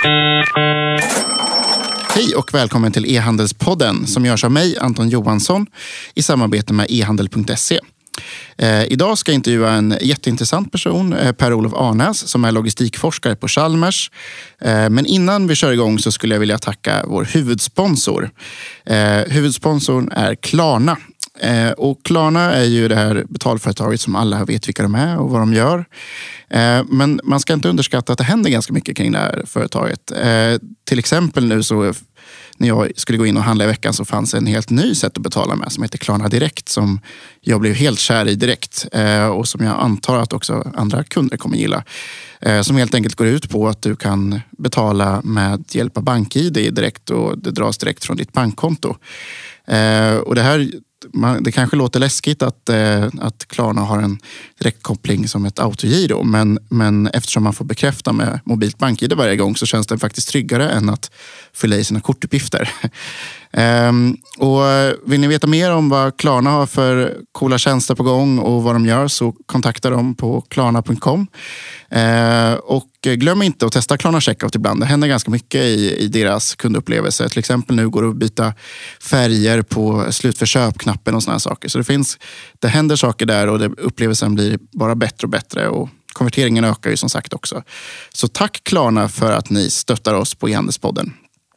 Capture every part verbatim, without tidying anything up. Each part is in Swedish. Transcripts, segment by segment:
Hej och välkommen till e-handelspodden som görs av mig, Anton Johansson, i samarbete med e handel punkt se. Eh, idag ska jag intervjua en jätteintressant person, eh, Per-Olof Arnäs, som är logistikforskare på Chalmers. Eh, men innan vi kör igång så skulle jag vilja tacka vår huvudsponsor. Eh, huvudsponsorn är Klarna. Eh, och Klarna är ju det här betalföretaget som alla vet vilka de är och vad de gör. Eh, men man ska inte underskatta att det händer ganska mycket kring det här företaget. Eh, till exempel nu så när jag skulle gå in och handla i veckan så fanns en helt ny sätt att betala med som heter Klarna Direkt, som jag blev helt kär i direkt eh, och som jag antar att också andra kunder kommer gilla. Eh, som helt enkelt går ut på att du kan betala med hjälp av BankID direkt och det dras direkt från ditt bankkonto. Eh, och det här Man, det kanske låter läskigt att, eh, att Klarna har en direktkoppling som ett autogiro, men, men eftersom man får bekräfta med mobilt BankID varje gång så känns det faktiskt tryggare än att fylla i sina kortuppgifter. ehm, och vill ni veta mer om vad Klarna har för coola tjänster på gång och vad de gör, så kontakta dem på klarna punkt com. Ehm, och glöm inte att testa Klarna Checkout ibland. Det händer ganska mycket i, i deras kundupplevelse. Till exempel nu går det att byta färger på slut för köpknappen och såna här saker. Så det finns, det händer saker där och det, upplevelsen blir bara bättre och bättre och konverteringen ökar ju som sagt också. Så tack Klarna för att ni stöttar oss på e-handelspodden.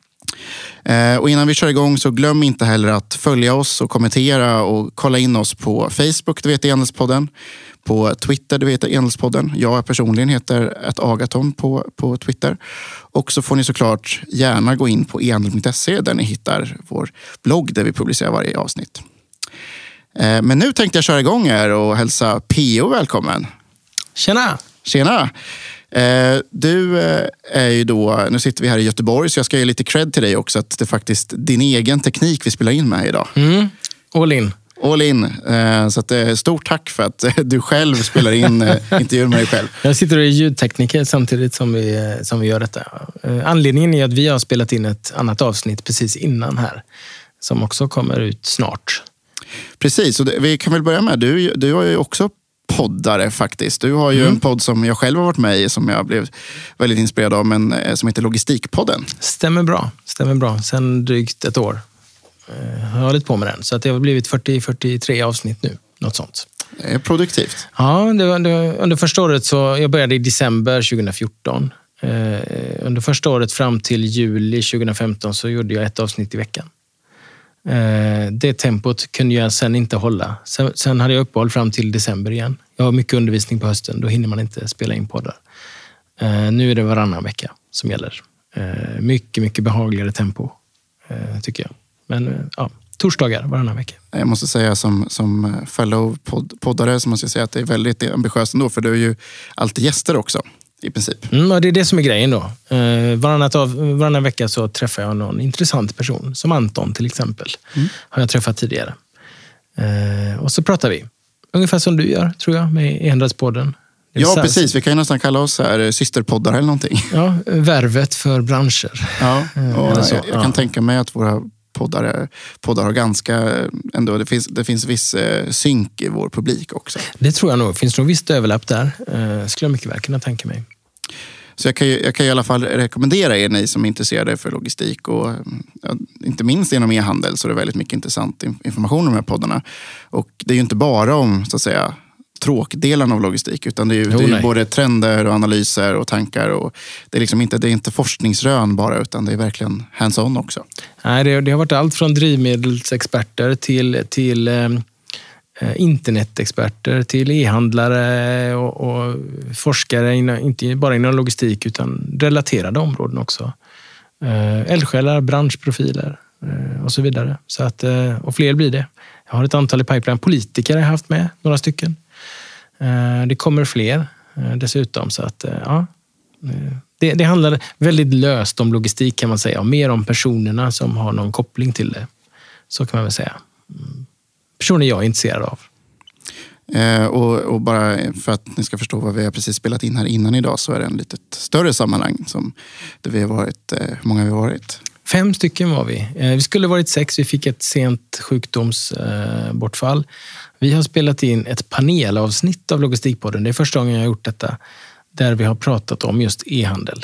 Eh, och innan vi kör igång så glöm inte heller att följa oss och kommentera och kolla in oss på Facebook, du vet e-handelspodden. På Twitter, du vet e-handelspodden. Jag personligen heter ett Agaton på, på Twitter. Och så får ni såklart gärna gå in på e handel punkt se där ni hittar vår blogg där vi publicerar varje avsnitt. Eh, men nu tänkte jag köra igång här och hälsa P O välkommen. Tjena! Tjena! Eh, du eh, är ju då, nu sitter vi här i Göteborg så jag ska ge lite cred till dig också att det är faktiskt din egen teknik vi spelar in med idag. Mm, all in. All in. Eh, så att, eh, stort tack för att eh, du själv spelar in eh, intervjun med dig själv. Jag sitter och är ljudtekniker samtidigt som vi, som vi gör detta. Eh, anledningen är att vi har spelat in ett annat avsnitt precis innan här som också kommer ut snart. Precis, och det, vi kan väl börja med, du, du har ju också poddare faktiskt. Du har ju mm. en podd som jag själv har varit med i som jag blev väldigt inspirerad av, men eh, som heter Logistikpodden. Stämmer bra, stämmer bra. Sen drygt ett år eh, har jag hållit på med den. Så att det har blivit fyrtio till fyrtiotre avsnitt nu, något sånt. Det är produktivt. Ja, det var, det var, under första året så, jag började i december tjugohundrafjorton. Eh, under första året fram till juli tjugohundrafemton så gjorde jag ett avsnitt i veckan. Det tempot kunde jag sen inte hålla. Sen, sen hade jag uppehåll fram till december igen. Jag har mycket undervisning på hösten. Då hinner man inte spela in poddar. Nu är det varannan vecka som gäller. Mycket, mycket behagligare tempo, tycker jag. Men ja, torsdagar varannan vecka. Jag måste säga som, som fellow podd, poddare så måste jag säga att det är väldigt ambitiöst ändå. För du är ju alltid gäster också. I princip. Mm, och det är det som är grejen då. Eh, varannan, av, varannan vecka så träffar jag någon intressant person. Som Anton till exempel. Mm. Har jag träffat tidigare. Eh, och så pratar vi. Ungefär som du gör, tror jag, med e-handelspodden. Ja, här, precis. Vi kan ju nästan kalla oss här systerpoddar eller någonting. Ja, värvet för branscher. Ja, och jag, jag kan ja. tänka mig att våra poddar, poddar har ganska... Ändå, det, finns, det finns viss eh, synk i vår publik också. Det tror jag nog. Det finns nog visst överlapp där. Eh, skulle jag mycket väl kunna tänka mig. Så jag kan, jag kan i alla fall rekommendera er, ni som är intresserade för logistik och ja, inte minst inom e-handel så är det väldigt mycket intressant information om de här poddarna. Och det är ju inte bara om, så att säga, tråkdelen av logistik utan det är ju, jo, det är ju både trender och analyser och tankar och det är liksom inte, det är inte forskningsrön bara utan det är verkligen hands-on också. Nej, det, det har varit allt från drivmedelsexperter till, till eh, internetexperter till e-handlare och, och forskare, inom, inte bara inom logistik utan relaterade områden också. Eh, eldsjälar, branschprofiler eh, och så vidare. Så att, eh, och fler blir det. Jag har ett antal i pipeline. Politiker har jag haft med, några stycken. Eh, det kommer fler eh, dessutom. Så att, eh, ja, det, det handlar väldigt löst om logistik kan man säga. Och mer om personerna som har någon koppling till det. Så kan man väl säga. Mm. Personer jag är intresserad av. Eh, och, och bara för att ni ska förstå vad vi har precis spelat in här innan idag så är det en lite större sammanhang som där vi har varit. Eh, hur många har vi varit? Fem stycken var vi. Eh, vi skulle varit sex. Vi fick ett sent sjukdomsbortfall. Eh, vi har spelat in ett panelavsnitt av Logistikpodden. Det är första gången jag har gjort detta. Där vi har pratat om just e-handel.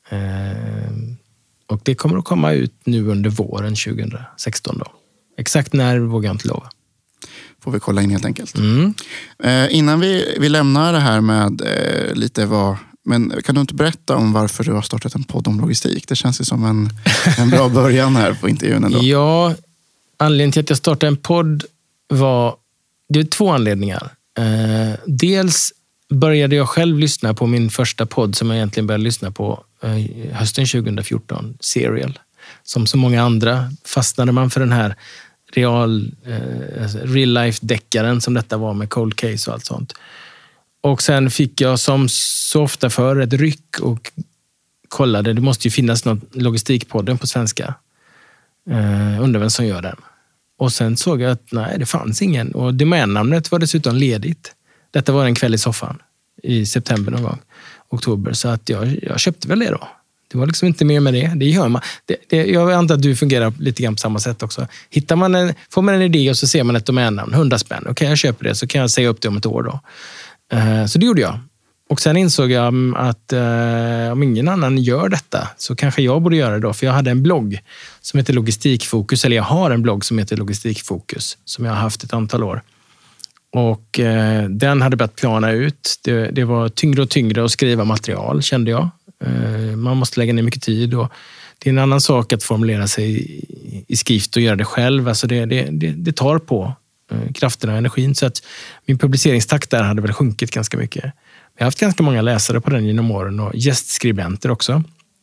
Eh, och det kommer att komma ut nu under våren tjugohundrasexton då. Exakt när vågar jag inte lova. Får vi kolla in helt enkelt. Mm. Eh, innan vi, vi lämnar det här med eh, lite vad... Men kan du inte berätta om varför du har startat en podd om logistik? Det känns ju som en, en bra början här på intervjun ändå. Ja, anledningen till att jag startade en podd var... Det är två anledningar. Eh, dels började jag själv lyssna på min första podd som jag egentligen började lyssna på eh, hösten tjugohundrafjorton, Serial. Som så många andra fastnade man för den här real, eh, real life-deckaren som detta var med cold case och allt sånt. Och sen fick jag som så ofta för ett ryck och kollade, det måste ju finnas någon logistikpodden på svenska. Eh, undrar vem som gör den. Och sen såg jag att nej, det fanns ingen. Och domännamnet var dessutom ledigt. Detta var en kväll i soffan i september någon gång, oktober. Så att jag, jag köpte väl det då. Det var liksom inte mer med det. Det gör man. Det, det, jag antar att du fungerar lite grann på samma sätt också. Hittar man en, får man en idé och så ser man ett domännamn, hundra spänn. Okej, okay, jag köper det så kan jag säga upp det om ett år då. Uh, så det gjorde jag. Och sen insåg jag att uh, om ingen annan gör detta så kanske jag borde göra det då. För jag hade en blogg som heter Logistikfokus. Eller jag har en blogg som heter Logistikfokus som jag har haft ett antal år. Och uh, den hade börjat plana ut. Det, det var tyngre och tyngre att skriva material, kände jag. Uh, man måste lägga ner mycket tid. Och det är en annan sak att formulera sig i, i skrift och göra det själv. Alltså det, det, det, det tar på krafterna och energin. Så att min publiceringstakt där hade väl sjunkit ganska mycket. Jag har haft ganska många läsare på den genom åren och gästskribenter också.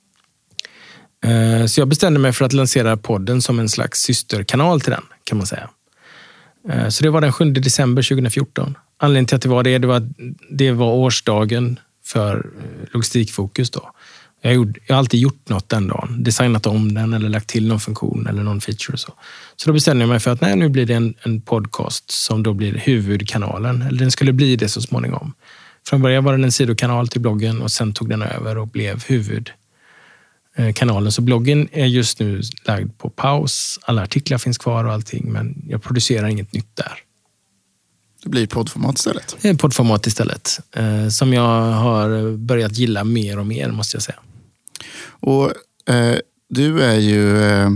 Så jag bestämde mig för att lansera podden som en slags systerkanal till den, kan man säga. Så det var den sjunde december tjugohundrafjorton. Anledningen till att det var det, det var, det var årsdagen för Logistikfokus då. Jag, gjorde, jag har alltid gjort något den dagen. Designat om den eller lagt till någon funktion eller någon feature och så. Så då bestämde jag mig för att nej, nu blir det en, en podcast som då blir huvudkanalen. Eller den skulle bli det så småningom. Från början var den en sidokanal till bloggen och sen tog den över och blev huvudkanalen. Så bloggen är just nu lagd på paus. Alla artiklar finns kvar och allting, men jag producerar inget nytt där. Det blir poddformat istället. Det är poddformat istället. Eh, som jag har börjat gilla mer och mer, måste jag säga. Och eh, du är ju eh,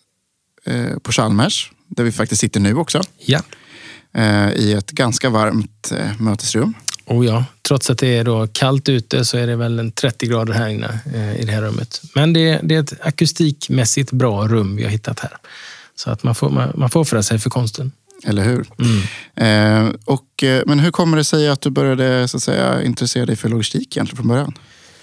på Chalmers, där vi faktiskt sitter nu också. Ja. Eh, I ett ganska varmt eh, mötesrum. Och ja, trots att det är då kallt ute så är det väl en trettio grader här inne eh, i det här rummet. Men det, det är ett akustikmässigt bra rum vi har hittat här. Så att man får, man, man får offra sig för konsten. Eller hur? Mm. Eh, och, men hur kommer det sig att du började så att säga, intressera dig för logistik egentligen från början?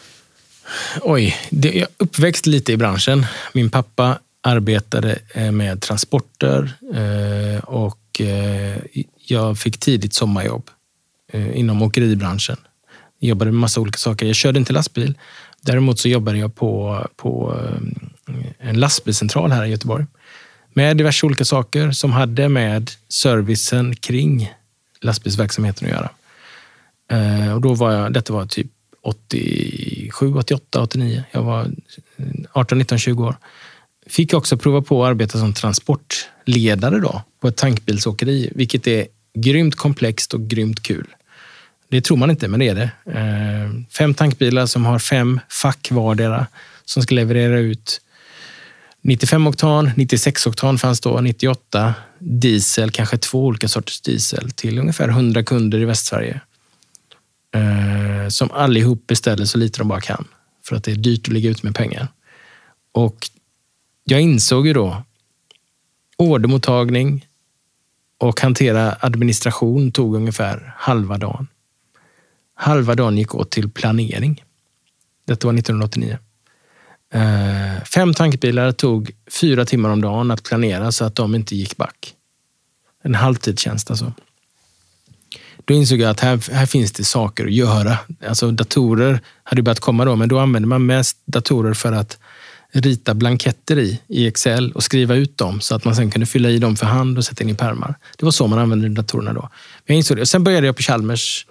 Oj, det, jag uppväxt lite i branschen. Min pappa arbetade med transporter eh, och eh, jag fick tidigt sommarjobb eh, inom åkeribranschen. Jag jobbade med massa olika saker. Jag körde inte lastbil. Däremot så jobbade jag på, på eh, en lastbilscentral här i Göteborg. Med diverse olika saker som hade med servicen kring lastbilsverksamheten att göra. Eh, och då var jag, detta var typ åttiosju, åttioåtta, åttionio. Jag var arton, nitton, tjugo år. Fick också prova på att arbeta som transportledare då på ett tankbilsåkeri, vilket är grymt komplext och grymt kul. Det tror man inte, men det är det. Eh, fem tankbilar som har fem fack vardera som ska leverera ut nittiofem oktan, nittiosex oktan fanns då, nittioåtta diesel, kanske två olika sorters diesel till ungefär hundra kunder i Västsverige. Eh, som allihop beställer så lite de bara kan. För att det är dyrt att ligga ut med pengar. Och jag insåg ju då ordermottagning och hantera administration tog ungefär halva dagen. Halva dagen gick åt till planering. Detta var nittonhundraåttionio. Uh, fem tankbilar tog fyra timmar om dagen att planera så att de inte gick back. En halvtidstjänst alltså. Då insåg jag att här, här finns det saker att göra. Alltså datorer hade börjat komma då, men då använde man mest datorer för att rita blanketter i, i Excel och skriva ut dem så att man sen kunde fylla i dem för hand och sätta in i pärmar. Det var så man använde datorerna då. Men jag insåg det. Och sen började jag på Chalmers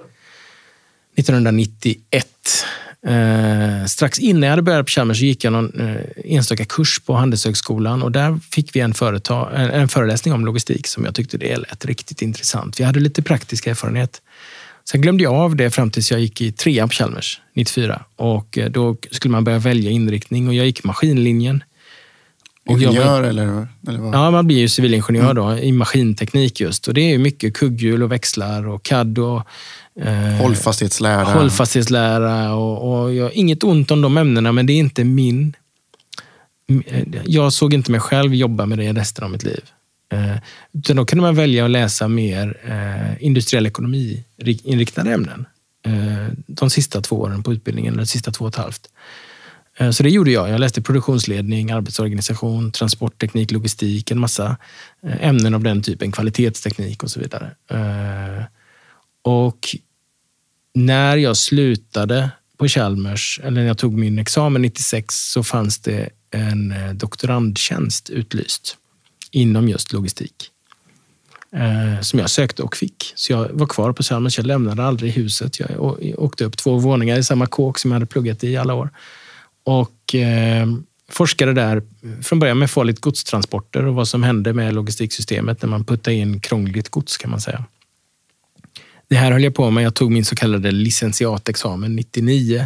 nittonhundranittioett. Eh, strax innan jag hade börjat på Chalmers så gick jag någon eh, enstaka kurs på Handelshögskolan och där fick vi en, företag, en föreläsning om logistik som jag tyckte det lät riktigt intressant. Vi hade lite praktisk erfarenhet Sen glömde jag av det fram tills jag gick i trean på Chalmers nittiofyra. Och då skulle man börja välja inriktning och jag gick maskinlinjen. Och Ingenjör var, eller, eller vad? Ja, man blir ju civilingenjör mm. då i maskinteknik just. Och det är ju mycket kugghjul och växlar och C A D och eh, hållfastighetslära. Hållfastighetslära och, och jag, inget ont om de ämnena, men det är inte min... Jag såg inte mig själv jobba med det resten av mitt liv. Eh, utan då kunde man välja att läsa mer eh, industriell ekonomi inriktade ämnen. Eh, de sista två åren på utbildningen, eller de sista två och ett halvt. Eh, så det gjorde jag. Jag läste produktionsledning, arbetsorganisation, transportteknik, logistik, en massa eh, ämnen av den typen, kvalitetsteknik och så vidare. Eh, och när jag slutade på Chalmers, eller när jag tog min examen nittiosex, så fanns det en doktorandtjänst utlyst inom just logistik. Eh, som jag sökte och fick. Så jag var kvar på Chalmers, jag lämnade aldrig huset. Jag åkte upp två våningar i samma kåk som jag hade pluggat i alla år. Och eh, forskade där från början med farligt godstransporter och vad som hände med logistiksystemet när man puttade in krångligt gods, kan man säga. Det här höll jag på med. Jag tog min så kallade licentiatexamen nittionio.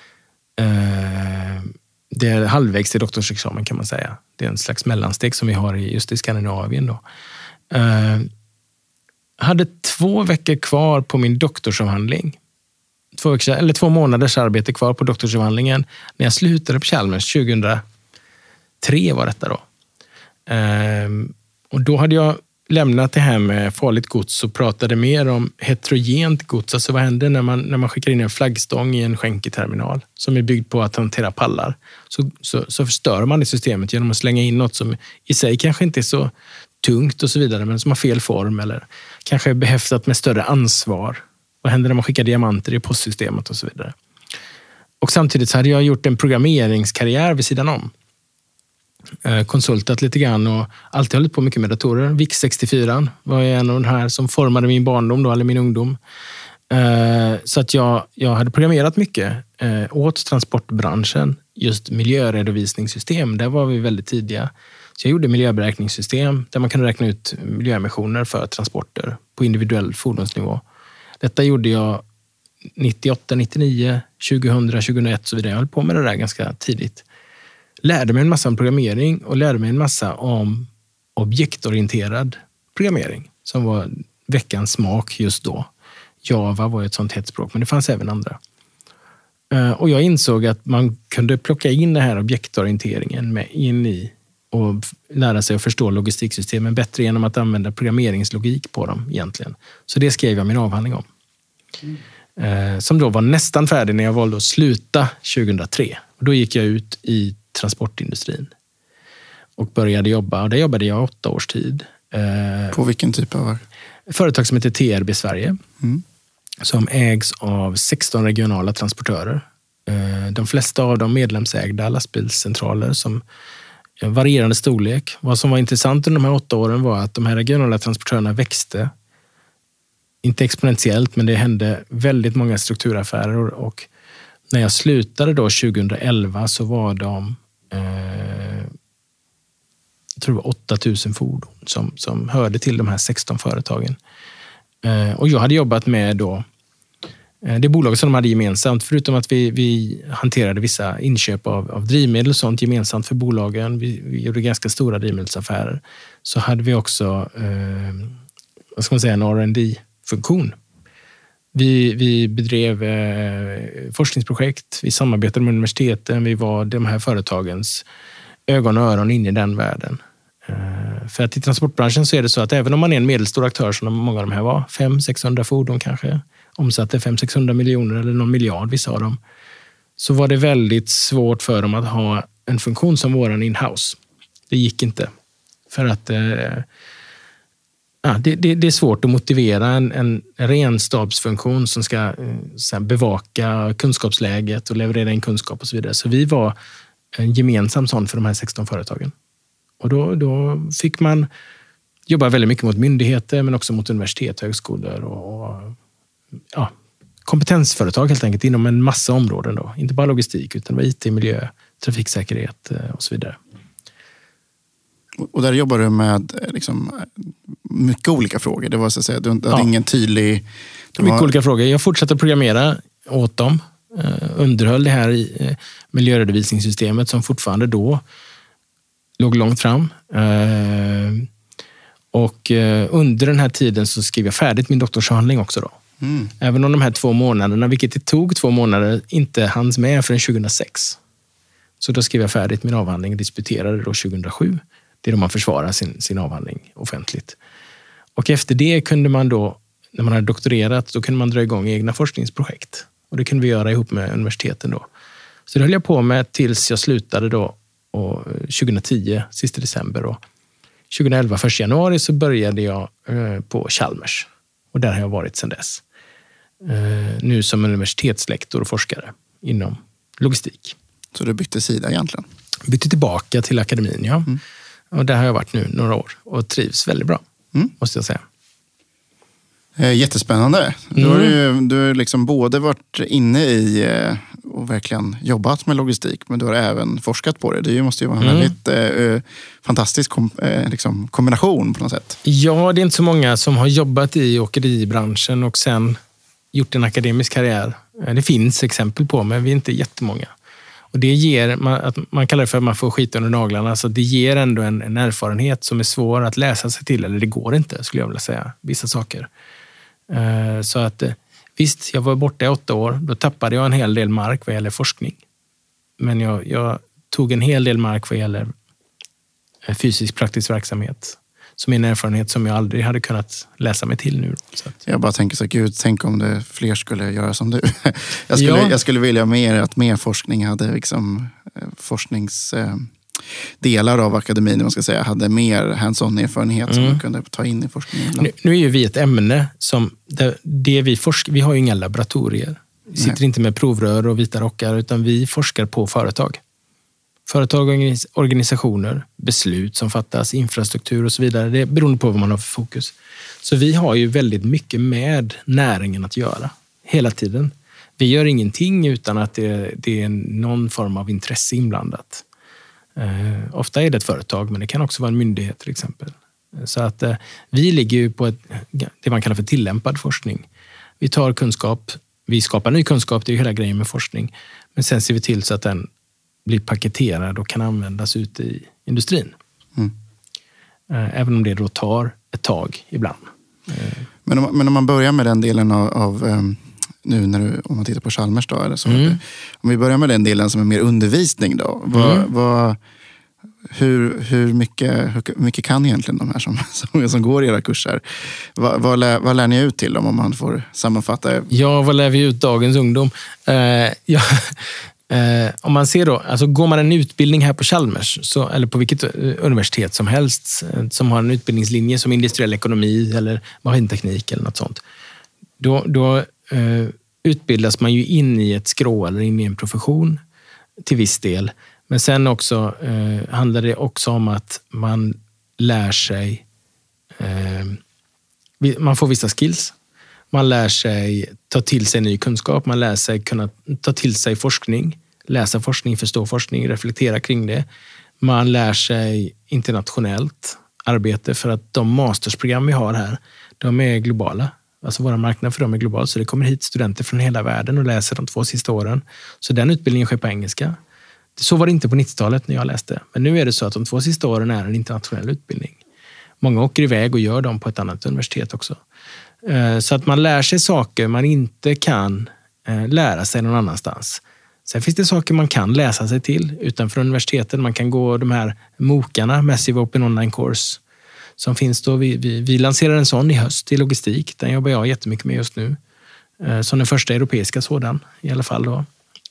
Eh, Det är halvvägs till doktorsexamen, kan man säga. Det är en slags mellansteg som vi har just i Skandinavien då. Uh, hade två veckor kvar på min doktorsavhandling. Två, veckor, eller två månaders arbete kvar på doktorsavhandlingen när jag slutade på Chalmers tjugohundratre var detta då. Uh, och då hade jag lämnat det här med farligt gods och pratade mer om heterogent gods. Alltså vad händer när man, när man skickar in en flaggstång i en skänketerminal som är byggd på att hantera pallar. Så, så, så förstör man det systemet genom att slänga in något som i sig kanske inte är så tungt och så vidare, men som har fel form eller kanske är behäftat med större ansvar. Vad händer när man skickar diamanter i postsystemet och så vidare. Och samtidigt så hade jag gjort en programmeringskarriär vid sidan om. Konsultat lite grann och alltid hållit på mycket med datorer. V I X sextiofyra var en av de här som formade min barndom då, eller min ungdom. Så att jag, jag hade programmerat mycket åt transportbranschen. Just miljöredovisningssystem, där var vi väldigt tidiga. Så jag gjorde miljöberäkningssystem där man kan räkna ut miljöemissioner för transporter på individuell fordonsnivå. Detta gjorde jag nittioåtta, nittionio, tjugohundra, tjugohundraett och så vidare. Jag höll på med det där ganska tidigt. Lärde mig en massa om programmering och lärde mig en massa om objektorienterad programmering som var veckans smak just då. Java var ett sånt hett språk, men det fanns även andra. Och jag insåg att man kunde plocka in den här objektorienteringen med in i och lära sig att förstå logistiksystemen bättre genom att använda programmeringslogik på dem egentligen. Så det skrev jag min avhandling om. Mm. Som då var nästan färdig när jag valde att sluta tjugohundratre. Och då gick jag ut i transportindustrin och började jobba. Och där jobbade jag åtta års tid. På vilken typ av? Företag som heter T R B Sverige. Mm. Som ägs av sexton regionala transportörer. De flesta av dem medlemsägda lastbilscentraler som varierande storlek. Vad som var intressant under de här åtta åren var att de här regionala transportörerna växte. Inte exponentiellt, men det hände väldigt många strukturaffärer. Och när jag slutade då tjugohundraelva så var de eh, jag tror det var åtta tusen fordon som, som hörde till de här sexton företagen. Eh, och jag hade jobbat med då eh, det bolag som de hade gemensamt, förutom att vi, vi hanterade vissa inköp av, av drivmedel och sånt gemensamt för bolagen. Vi, vi gjorde ganska stora drivmedelsaffärer. Så hade vi också eh, vad ska man säga, en R and D-funktion. Vi, vi bedrev eh, forskningsprojekt, vi samarbetade med universiteten, vi var de här företagens ögon och öron in i den världen. Eh, för att i transportbranschen så är det så att även om man är en medelstor aktör som många av de här var, fem till sexhundra fordon kanske, omsatte fem till sexhundra miljoner eller någon miljard vissa av dem, så var det väldigt svårt för dem att ha en funktion som våran in-house. Det gick inte. För att eh, Ja, det, det, det är svårt att motivera en, en ren stabsfunktion som ska eh, så här, bevaka kunskapsläget och leverera in kunskap och så vidare. Så vi var en gemensam sån för de här sexton företagen. Och då, då fick man jobba väldigt mycket mot myndigheter men också mot universitet, högskolor och, och ja, kompetensföretag helt enkelt inom en massa områden. Då. Inte bara logistik utan I T, miljö, trafiksäkerhet och så vidare. Och där jobbar du med liksom, mycket olika frågor. Det var så att säga, du hade ja. ingen tydlig, Mycket olika frågor. Jag fortsatte programmera åt dem. Eh, underhöll det här i eh, miljöredovisningssystemet som fortfarande då låg långt fram. Eh, och eh, under den här tiden så skrev jag färdigt min doktorsavhandling också då. Mm. Även om de här två månaderna, vilket det tog två månader, inte hanns med förrän tjugohundrasex. Så då skrev jag färdigt min avhandling och disputerade då tjugohundrasju. Det är då man försvarar sin, sin avhandling offentligt. Och efter det kunde man då, när man hade doktorerat, då kunde man dra igång egna forskningsprojekt. Och det kunde vi göra ihop med universiteten då. Så det höll jag på med tills jag slutade då och tjugohundratio, sista december. Och tjugohundraelva, första januari, så började jag på Chalmers. Och där har jag varit sedan dess. Nu som universitetslektor och forskare inom logistik. Så du bytte sida egentligen? Bytte tillbaka till akademin, ja. Mm. Och där har jag varit nu några år och trivs väldigt bra, mm. måste jag säga. Jättespännande. Mm. Du har ju du har liksom både varit inne i och verkligen jobbat med logistik, men du har även forskat på det. Det måste ju vara en mm. väldigt eh, fantastisk kom, eh, liksom kombination på något sätt. Ja, det är inte så många som har jobbat i åkeribranschen och sen gjort en akademisk karriär. Det finns exempel på, men vi är inte jättemånga. Och det ger, man, att man kallar det för att man får skit under naglarna, så det ger ändå en, en erfarenhet som är svår att läsa sig till, eller det går inte, skulle jag vilja säga, vissa saker. Uh, så att visst, jag var borta i åtta år, då tappade jag en hel del mark vad gäller forskning. Men jag, jag tog en hel del mark vad gäller fysisk praktisk verksamhet. Som är en erfarenhet som jag aldrig hade kunnat läsa mig till nu. Så att... Jag bara tänker så, gud, tänk om det fler skulle göra som du. jag, skulle, ja. jag skulle vilja mer att mer forskning hade liksom forskningsdelar av akademin, man ska säga, hade mer hands-on erfarenhet mm. som man kunde ta in i forskningen. Nu, nu är ju vi ett ämne som, det, det vi forskar, vi har ju inga laboratorier. Vi sitter Nej. inte med provrör och vita rockar, utan vi forskar på företag. Företag och organisationer, beslut som fattas, infrastruktur och så vidare. Det är beroende på vad man har för fokus. Så vi har ju väldigt mycket med näringen att göra hela tiden. Vi gör ingenting utan att det, det är någon form av intresse inblandat. Eh, ofta är det ett företag, men det kan också vara en myndighet till exempel. Så att eh, vi ligger ju på ett, det man kallar för tillämpad forskning. Vi tar kunskap, vi skapar ny kunskap, det är ju hela grejen med forskning. Men sen ser vi till så att den blir paketerad och kan användas ute i industrin. Mm. Även om det då tar ett tag ibland. Men om, men om man börjar med den delen av, av nu när du, om man tittar på Chalmers då, eller så, mm. om vi börjar med den delen som är mer undervisning då. Vad, mm. vad, hur, hur, mycket, hur mycket kan egentligen de här som, som, som går i era kurser? Vad, vad, lär, vad lär ni ut till dem om man får sammanfatta? Ja, vad lär vi ut dagens ungdom? Uh, ja. Eh, om man ser då, alltså går man en utbildning här på Chalmers, så, eller på vilket universitet som helst som har en utbildningslinje som industriell ekonomi eller maskinteknik eller något sånt, då, då eh, utbildas man ju in i ett skrå eller in i en profession till viss del. Men sen också eh, handlar det också om att man lär sig, eh, man får vissa skills. Man lär sig ta till sig ny kunskap, man lär sig kunna ta till sig forskning, läsa forskning, förstå forskning, reflektera kring det. Man lär sig internationellt arbete, för att de mastersprogram vi har här, de är globala. Alltså våra marknader för dem är globala, så det kommer hit studenter från hela världen och läser de två sista åren. Så den utbildningen sker på engelska. Så var det inte på nittiotalet när jag läste. Men nu är det så att de två sista åren är en internationell utbildning. Många åker iväg och gör dem på ett annat universitet också. Så att man lär sig saker man inte kan lära sig någon annanstans. Sen finns det saker man kan läsa sig till utanför universiteten. Man kan gå de här MOOCarna, Massive Open Online Course, som finns då. Vi, vi, vi lanserar en sån i höst i logistik. Den jobbar jag jättemycket med just nu. Som den första europeiska sådan i alla fall då.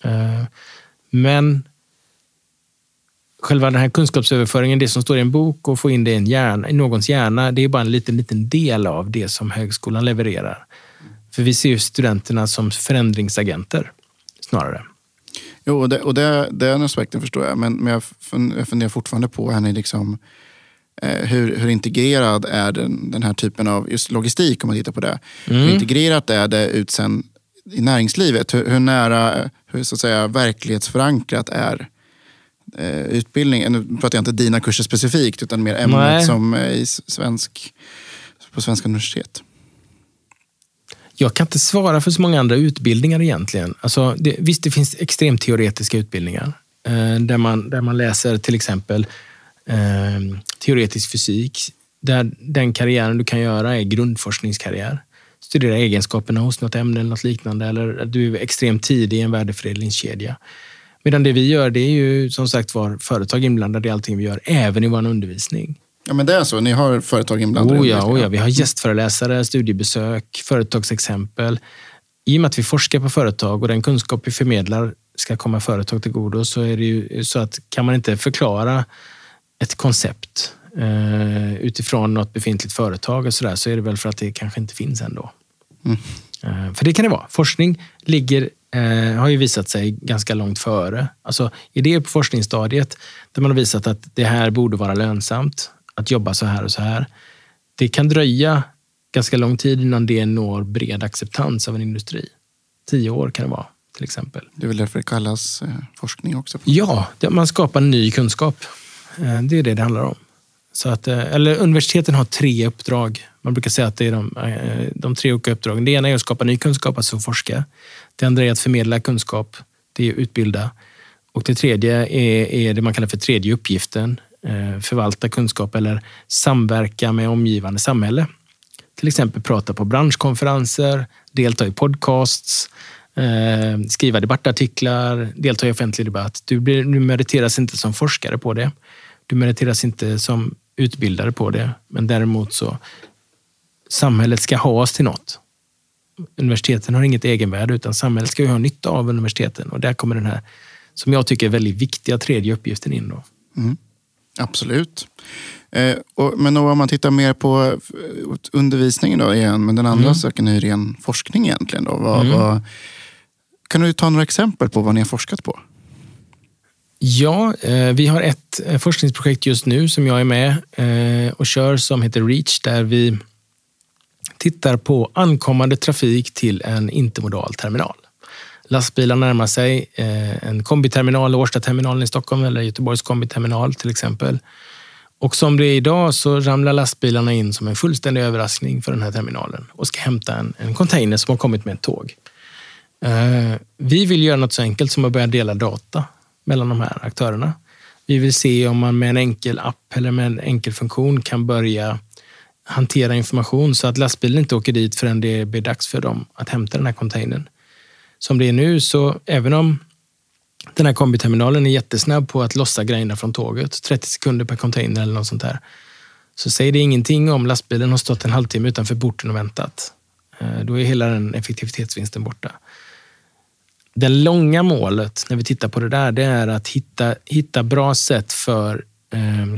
Men själva den här kunskapsöverföringen, det som står i en bok och få in det i, en hjärna, i någons hjärna, det är bara en liten, liten del av det som högskolan levererar. För vi ser ju studenterna som förändringsagenter snarare. Jo, och, det, och det, den aspekten förstår jag. Men, men jag funderar fortfarande på henne liksom, eh, hur, hur integrerad är den, den här typen av just logistik, om man tittar på det. Mm. Hur integrerat är det ut sen i näringslivet? Hur, hur nära, hur så att säga verklighetsförankrat är utbildning? Nu pratar jag inte dina kurser specifikt, utan mer ämnet Nej. som i svensk, på svenska universitet. Jag kan inte svara för så många andra utbildningar egentligen. Alltså, det, visst, det finns extremt teoretiska utbildningar eh, där, man, där man läser till exempel eh, teoretisk fysik. Där den karriären du kan göra är grundforskningskarriär. Studera egenskaperna hos något ämne eller något liknande. Eller du är extremt tidig i en värdeförädlingskedja. Medan det vi gör, det är ju som sagt var företag inblandade i allting vi gör, även i vår undervisning. Ja, men det är så. Ni har företag inblandade. Oh ja, oh ja, vi har gästföreläsare, studiebesök, företagsexempel. I och med att vi forskar på företag och den kunskap vi förmedlar ska komma företag till godo, så är det ju så att kan man inte förklara ett koncept eh, utifrån något befintligt företag och sådär, så är det väl för att det kanske inte finns ändå. Mm. Eh, för det kan det vara. Forskning ligger, eh, har ju visat sig ganska långt före. Alltså idéer på forskningsstadiet där man har visat att det här borde vara lönsamt. Att jobba så här och så här. Det kan dröja ganska lång tid innan det når bred acceptans av en industri. Tio år kan det vara, till exempel. Det är väl därför det kallas eh, forskning också? Ja, det, man skapar ny kunskap. Eh, det är det det handlar om. Så att, eh, eller universiteten har tre uppdrag. Man brukar säga att det är de, eh, de tre olika uppdragen. Det ena är att skapa ny kunskap, alltså forska. Det andra är att förmedla kunskap, det är att utbilda. Och det tredje är, är det man kallar för tredje uppgiften. Förvalta kunskap eller samverka med omgivande samhälle. Till exempel prata på branschkonferenser, delta i podcasts, skriva debattartiklar, delta i offentlig debatt. Du, blir, du meriteras inte som forskare på det. Du meriteras inte som utbildare på det. Men däremot så samhället ska ha oss till något. Universiteten har inget egenvärde, utan samhället ska ju ha nytta av universiteten. Och där kommer den här, som jag tycker är väldigt viktiga, tredje uppgiften in då. Mm. Absolut. Eh, och, men om man tittar mer på undervisningen då igen, men den andra mm. söken är ju ren forskning egentligen då. Vad, mm. vad, kan du ta några exempel på vad ni har forskat på? Ja, eh, vi har ett eh, forskningsprojekt just nu som jag är med eh, och kör som heter REACH, där vi tittar på ankommande trafik till en intermodal terminal. Lastbilar närmar sig eh, en kombiterminal, Årsta-terminalen i Stockholm eller Göteborgs kombiterminal till exempel. Och som det är idag så ramlar lastbilarna in som en fullständig överraskning för den här terminalen och ska hämta en, en container som har kommit med ett tåg. Eh, vi vill göra något så enkelt som att börja dela data mellan de här aktörerna. Vi vill se om man med en enkel app eller med en enkel funktion kan börja hantera information så att lastbilen inte åker dit förrän det blir dags för dem att hämta den här containern. Som det är nu, så även om den här kombiterminalen är jättesnabb på att lossa grejerna från tåget, trettio sekunder per container eller något sånt där, så säger det ingenting om lastbilen har stått en halvtimme utanför porten och väntat. Då är hela den effektivitetsvinsten borta. Det långa målet när vi tittar på det där, det är att hitta, hitta bra sätt för eh,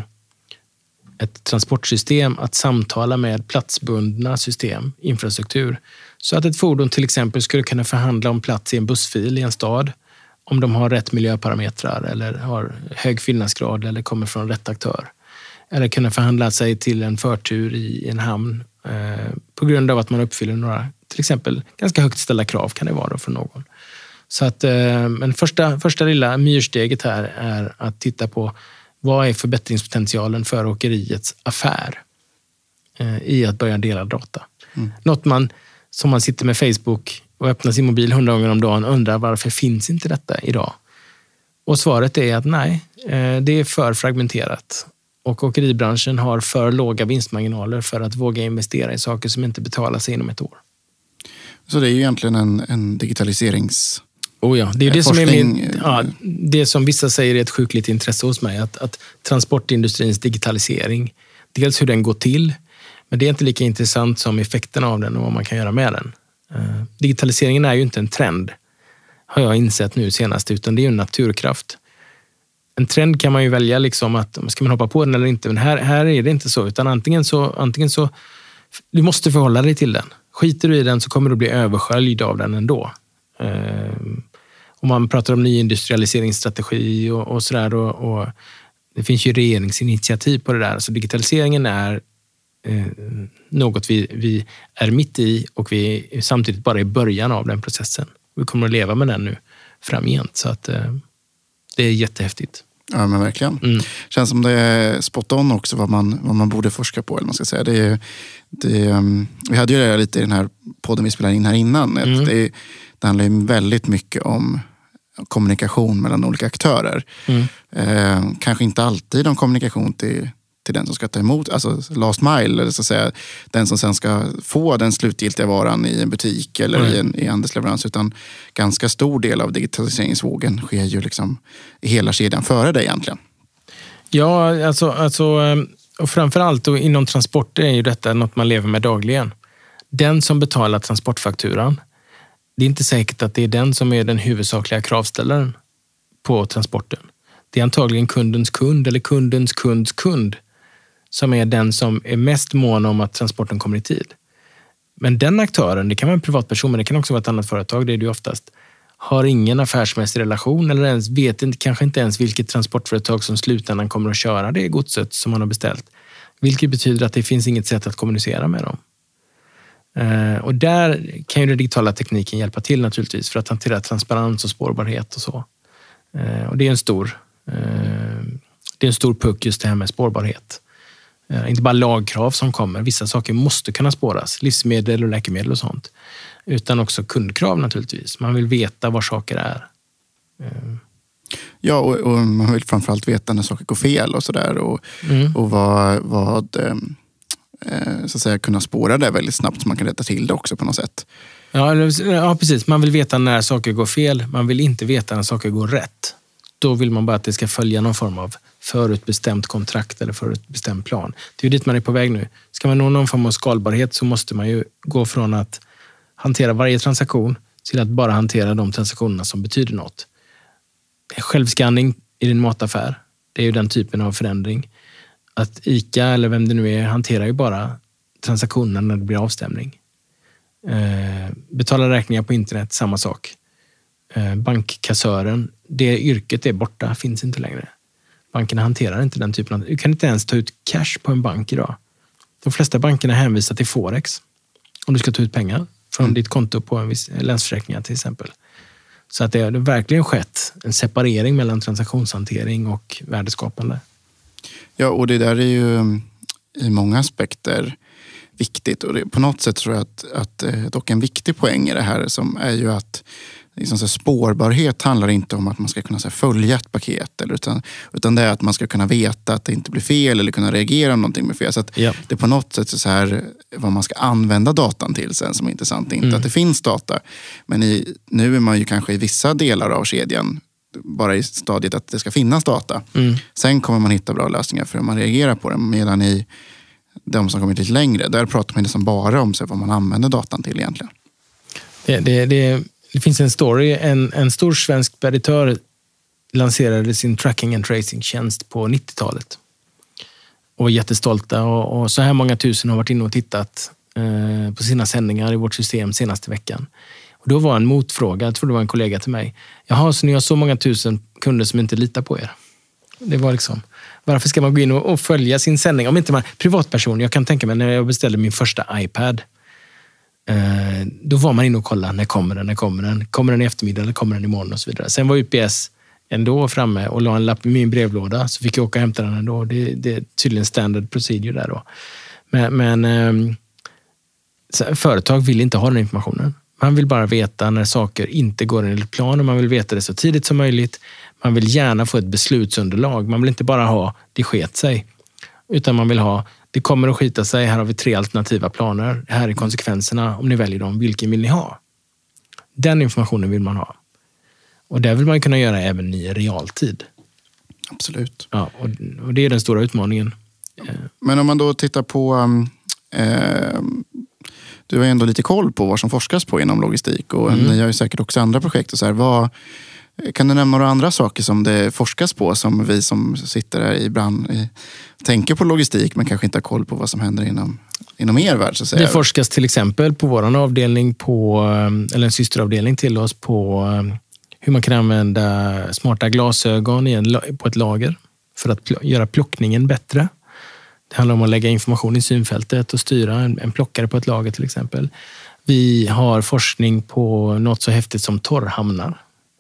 ett transportsystem att samtala med platsbundna system, infrastruktur. Så att ett fordon till exempel skulle kunna förhandla om plats i en bussfil i en stad om de har rätt miljöparametrar eller har hög fyllnadsgrad eller kommer från rätt aktör. Eller kunna förhandla sig till en förtur i en hamn eh, på grund av att man uppfyller några, till exempel ganska högt ställda krav kan det vara då för någon. Så att, eh, men första, första lilla myrsteget här är att titta på vad är förbättringspotentialen för åkeriets affär eh, i att börja dela data. Mm. Något man, som man sitter med Facebook och öppnar sin mobil hundra gånger om dagen, undrar varför finns inte detta idag? Och svaret är att nej, eh, det är för fragmenterat. Och åkeribranschen har för låga vinstmarginaler för att våga investera i saker som inte betalar sig inom ett år. Så det är ju egentligen en, en digitaliserings... Oh ja, det är det som är min, ja, det som vissa säger är ett sjukligt intresse hos mig, att, att transportindustrins digitalisering, dels hur den går till, men det är inte lika intressant som effekten av den och vad man kan göra med den. Uh, digitaliseringen är ju inte en trend, har jag insett nu senast, utan det är ju en naturkraft. En trend kan man ju välja liksom att ska man hoppa på den eller inte, men här, här är det inte så, utan antingen så, antingen så du måste förhålla dig till den. Skiter du i den så kommer du bli översköljd av den ändå. Uh, om man pratar om ny industrialiseringsstrategi och, och sådär, och, och det finns ju regeringsinitiativ på det där. Så digitaliseringen är eh, något vi, vi är mitt i, och vi är samtidigt bara i början av den processen. Vi kommer att leva med den nu framgent, så att eh, det är jättehäftigt. Ja, men verkligen. Mm. Känns som det är spot on också vad man, vad man borde forska på. Eller man ska säga. Det är, det, um, vi hade ju det lite i den här podden vi spelade in här innan. Mm. Det, det handlar ju väldigt mycket om kommunikation mellan olika aktörer. Mm. Eh, kanske inte alltid om kommunikation till, till den som ska ta emot, alltså last mile, eller så att säga, den som sen ska få den slutgiltiga varan i en butik eller mm. i en i handelsleverans, utan ganska stor del av digitaliseringsvågen sker ju liksom i hela kedjan före det egentligen. Ja, alltså, alltså och framförallt då inom transporter är ju detta något man lever med dagligen. Den som betalar transportfakturan, det är inte säkert att det är den som är den huvudsakliga kravställaren på transporten. Det är antagligen kundens kund eller kundens kunds kund som är den som är mest mån om att transporten kommer i tid. Men den aktören, det kan vara en privatperson men det kan också vara ett annat företag, det är det ju oftast, har ingen affärsmässig relation eller ens vet inte, kanske inte ens vilket transportföretag som slutändan kommer att köra det godset som man har beställt. Vilket betyder att det finns inget sätt att kommunicera med dem. Uh, och där kan ju den digitala tekniken hjälpa till naturligtvis för att hantera transparens och spårbarhet och så. Uh, och det är en stor uh, det är en stor puck just det här med spårbarhet. Uh, inte bara lagkrav som kommer, vissa saker måste kunna spåras, livsmedel och läkemedel och sånt. Utan också kundkrav naturligtvis. Man vill veta var saker är. Uh. Ja, och, och man vill framförallt veta när saker går fel och sådär. Och, mm. och vad... vad um... så att säga, kunna spåra det väldigt snabbt så man kan rätta till det också på något sätt. Ja, ja, precis. Man vill veta när saker går fel. Man vill inte veta när saker går rätt. Då vill man bara att det ska följa någon form av förutbestämt kontrakt eller förutbestämd plan. Det är ju dit man är på väg nu. Ska man nå någon form av skalbarhet så måste man ju gå från att hantera varje transaktion till att bara hantera de transaktionerna som betyder något. Självskanning i din mataffär, det är ju den typen av förändring. Att ICA eller vem det nu är hanterar ju bara transaktionerna när det blir avstämning. Eh, betala räkningar på internet, samma sak. Eh, bankkassören, det yrket är borta, finns inte längre. Bankerna hanterar inte den typen av... Du kan inte ens ta ut cash på en bank idag. De flesta bankerna hänvisar till Forex om du ska ta ut pengar från mm. ditt konto på en viss länsförsäkring till exempel. Så att det har verkligen skett en separering mellan transaktionshantering och värdeskapande. Ja, och det där är ju i många aspekter viktigt. Och det, på något sätt tror jag att, att dock en viktig poäng i det här som är ju att liksom så spårbarhet handlar inte om att man ska kunna så här, följa ett paket. Eller, utan, utan det är att man ska kunna veta att det inte blir fel eller kunna reagera om någonting blir fel. Så att ja. Det är på något sätt så här, vad man ska använda datan till sen som är intressant. Inte mm. att det finns data. Men i, nu är man ju kanske i vissa delar av kedjan bara i stadiet att det ska finnas data. Mm. Sen kommer man hitta bra lösningar för hur man reagerar på det. Medan i de som kommer lite längre, där pratar man nästan bara om sig vad man använder datan till egentligen. Det, det, det, det finns en story. En, en stor svensk speditör lanserade sin tracking and tracing-tjänst på nittiotalet. Och var jättestolta. Och, och så här många tusen har varit inne och tittat eh, på sina sändningar i vårt system senaste veckan. Och då var en motfråga, jag tror det var en kollega till mig. Jaha, så ni har så många tusen kunder som inte litar på er. Det var liksom, varför ska man gå in och, och följa sin sändning? Om inte man, privatperson, jag kan tänka mig när jag beställde min första iPad. Eh, då var man inne och kollade, när kommer den, när kommer den? Kommer den i eftermiddag eller kommer den imorgon och så vidare. Sen var U P S ändå framme och la en lapp i min brevlåda. Så fick jag åka och hämta den ändå. Det, det är tydligen standard procedure där då. Men, men eh, företag vill inte ha den informationen. Man vill bara veta när saker inte går enligt plan och man vill veta det så tidigt som möjligt. Man vill gärna få ett beslutsunderlag. Man vill inte bara ha det sket sig. Utan man vill ha, det kommer att skita sig. Här har vi tre alternativa planer. Här är konsekvenserna. Om ni väljer dem, vilken vill ni ha? Den informationen vill man ha. Och det vill man kunna göra även i realtid. Absolut. Ja, och, och det är den stora utmaningen. Men om man då tittar på... Eh, du har ändå lite koll på vad som forskas på inom logistik. Och mm. ni har ju säkert också andra projekt. Och så här, vad, kan du nämna några andra saker som det forskas på som vi som sitter här i brand i, tänker på logistik men kanske inte har koll på vad som händer inom, inom er värld? Så att säga. Det forskas till exempel på vår avdelning, på, eller en systeravdelning till oss på hur man kan använda smarta glasögon i en, på ett lager för att pl- göra plockningen bättre. Det handlar om att lägga information i synfältet och styra en, en plockare på ett lager till exempel. Vi har forskning på något så häftigt som torrhamnar.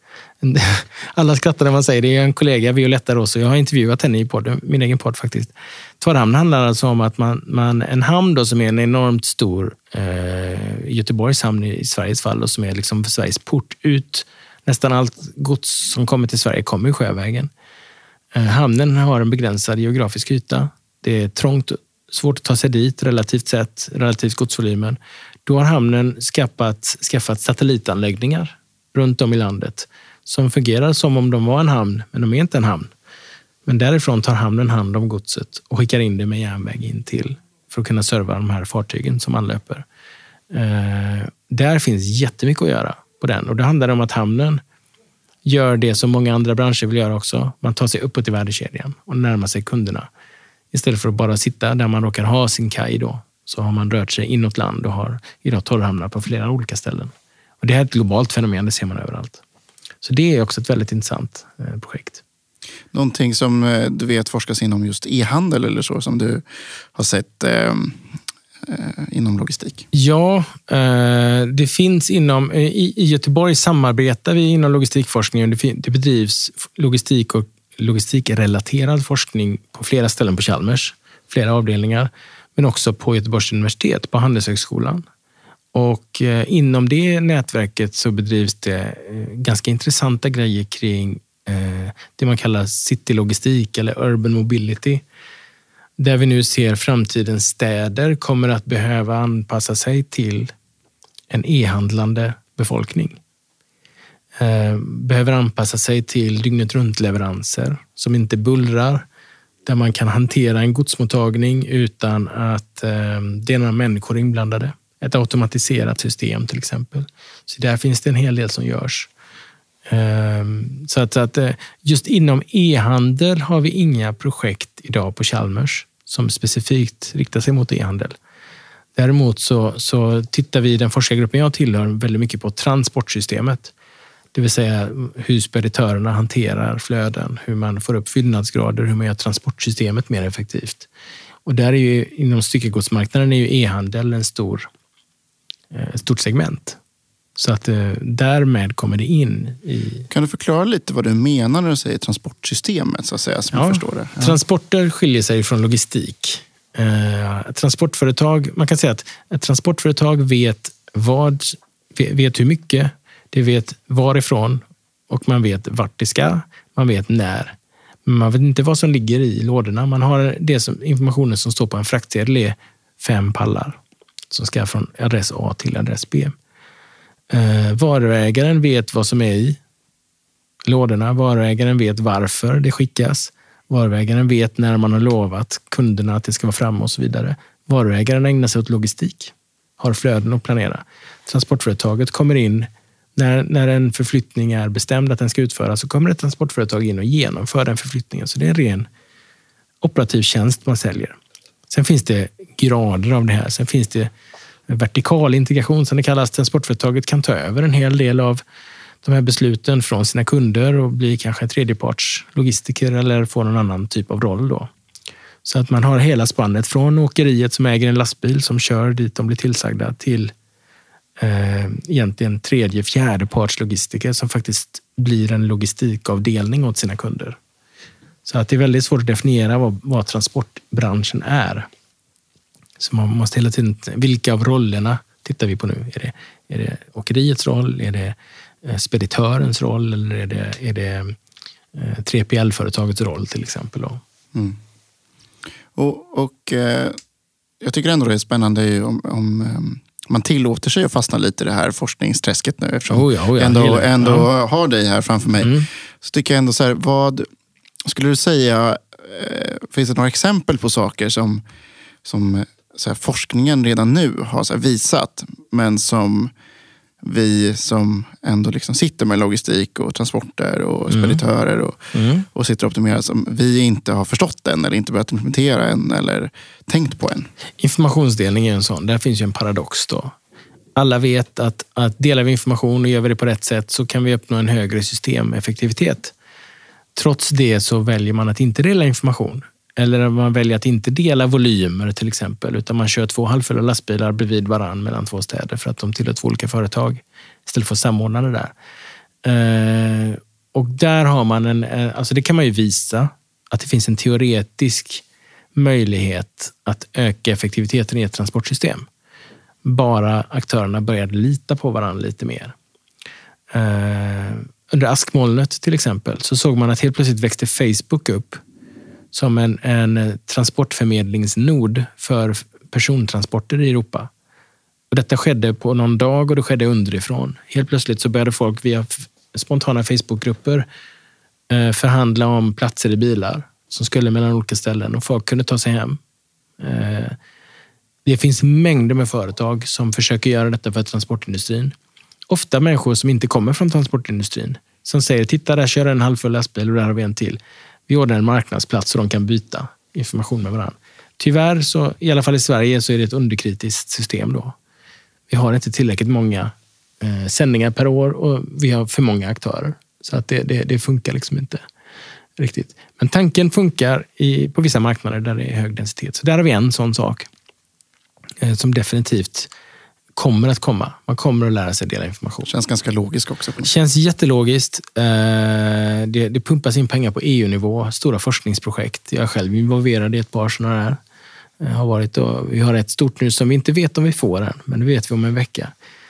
Alla skrattar när man säger det. Det är en kollega, Violetta Rosso. Jag har intervjuat henne i podden, min egen podd faktiskt. Torrhamn handlar alltså om att man, man en hamn då som är en enormt stor eh, Göteborgs hamn i Sveriges fall och som är liksom Sveriges port ut. Nästan allt gods som kommer till Sverige kommer i sjövägen. Eh, hamnen har en begränsad geografisk yta. Det är trångt, svårt att ta sig dit relativt sett, relativt godsvolymen. Då har hamnen skaffat, skaffat satellitanläggningar runt om i landet som fungerar som om de var en hamn, men de är inte en hamn. Men därifrån tar hamnen hand om godset och skickar in det med järnväg in till för att kunna serva de här fartygen som anlöper. Eh, där finns jättemycket att göra på den. Och det handlar om att hamnen gör det som många andra branscher vill göra också. Man tar sig uppåt i värdekedjan och närmar sig kunderna. Istället för att bara sitta där man råkar ha sin kaj då, så har man rört sig inåt land och har idag torrhamnar på flera olika ställen. Och det här är ett globalt fenomen, det ser man överallt. Så det är också ett väldigt intressant eh, projekt. Någonting som eh, du vet forskas inom just e-handel eller så, som du har sett eh, eh, inom logistik? Ja, eh, det finns inom, eh, i, i Göteborg samarbetar vi inom logistikforskningen. Det, det bedrivs logistik och logistikrelaterad forskning på flera ställen på Chalmers, flera avdelningar, men också på Göteborgs universitet, på Handelshögskolan. Och eh, inom det nätverket så bedrivs det eh, ganska intressanta grejer kring eh, det man kallar citylogistik eller urban mobility. Där vi nu ser framtidens städer kommer att behöva anpassa sig till en e-handlande befolkning. Eh, behöver anpassa sig till dygnet runt leveranser som inte bullrar, där man kan hantera en godsmottagning utan att eh, det är några människor inblandade. Ett automatiserat system till exempel. Så där finns det en hel del som görs. Så att, att just inom e-handel har vi inga projekt idag på Chalmers som specifikt riktar sig mot e-handel. Däremot så, så tittar vi i den forskargruppen jag tillhör väldigt mycket på transportsystemet. Det vill säga hur speditörerna hanterar flöden, hur man får upp fyllnadsgrader, hur man gör transportsystemet mer effektivt. Och där är ju inom styckegodsmarknaden är ju e-handel en stor ett stort segment. Så att eh, därmed kommer det in i... Kan du förklara lite vad du menar när du säger transportsystemet, så att säga, som ja, jag förstår det? Ja. Transporter skiljer sig från logistik. Eh, transportföretag, man kan säga att ett transportföretag vet vad, vet hur mycket, det vet varifrån och man vet vart det ska, man vet när. Men man vet inte vad som ligger i lådorna. Man har det som informationen som står på en fraktsedel är fem pallar som ska från adress A till adress B. Eh, varuägaren vet vad som är i lådorna. Varuägaren vet varför det skickas. Varuägaren vet när man har lovat kunderna att det ska vara framme och så vidare. Varuägaren ägnar sig åt logistik. Har flöden att planera. Transportföretaget kommer in när, när en förflyttning är bestämd att den ska utföras, så kommer ett transportföretag in och genomför den förflyttningen. Så det är en ren operativ tjänst man säljer. Sen finns det grader av det här. Sen finns det vertikal integration som det kallas. Transportföretaget kan ta över en hel del av de här besluten från sina kunder och bli kanske en tredjeparts logistiker eller få någon annan typ av roll då. Så att man har hela spannet från åkeriet som äger en lastbil som kör dit de blir tillsagda till eh, egentligen tredje, fjärde parts logistiker som faktiskt blir en logistikavdelning åt sina kunder. Så att det är väldigt svårt att definiera vad, vad transportbranschen är. Så man måste hela tiden, vilka av rollerna tittar vi på nu? Är det, är det åkeriets roll? Är det speditörens roll? Eller är det, är det tre P L-företagets roll till exempel? Då? Mm. Och, och eh, jag tycker ändå det är spännande om, om um, man tillåter sig att fastna lite i det här forskningsträsket nu. Eftersom oh ja, oh ja, ändå, hela, ändå ja. har dig här framför mig. Mm. Så tycker jag ändå så här, vad skulle du säga, eh, finns det några exempel på saker som, som så här, forskningen redan nu har så här, visat, men som vi som ändå liksom sitter med logistik och transporter och speditörer och, mm. och sitter och optimerar, som vi inte har förstått än eller inte börjat implementera än eller tänkt på än. Informationsdelning är en sån. Där finns ju en paradox då. Alla vet att, att delar vi information och gör vi det på rätt sätt så kan vi uppnå en högre systemeffektivitet. Trots det så väljer man att inte dela information. Eller man väljer att inte dela volymer till exempel, utan man kör två halvfulla lastbilar bredvid varann mellan två städer för att de tillhör två olika företag istället för att samordna det där. Eh, och där har man en, alltså det kan man ju visa att det finns en teoretisk möjlighet att öka effektiviteten i ett transportsystem. Bara aktörerna började lita på varandra lite mer. Uh, under askmolnet till exempel så såg man att helt plötsligt växte Facebook upp som en, en transportförmedlingsnod för persontransporter i Europa. Och detta skedde på någon dag och det skedde underifrån. Helt plötsligt så började folk via spontana Facebookgrupper uh, förhandla om platser i bilar som skulle mellan olika ställen och folk kunde ta sig hem. Uh, det finns mängder med företag som försöker göra detta för transportindustrin. Ofta människor som inte kommer från transportindustrin. Som säger, titta där kör en halvfull lastbil och där har vi en till. Vi ordnar en marknadsplats så de kan byta information med varandra. Tyvärr, så, i alla fall i Sverige, så är det ett underkritiskt system då. Vi har inte tillräckligt många eh, sändningar per år och vi har för många aktörer. Så att det, det, det funkar liksom inte riktigt. Men tanken funkar i, på vissa marknader där det är hög densitet. Så där har vi en sån sak eh, som definitivt kommer att komma. Man kommer att lära sig dela information. Känns ganska logiskt också. Känns jättelogiskt. Det, det pumpas in pengar på E U-nivå. Stora forskningsprojekt. Jag är själv involverad i ett par sådana här. Har varit och, vi har ett stort nu som vi inte vet om vi får än. Men det vet vi om en vecka.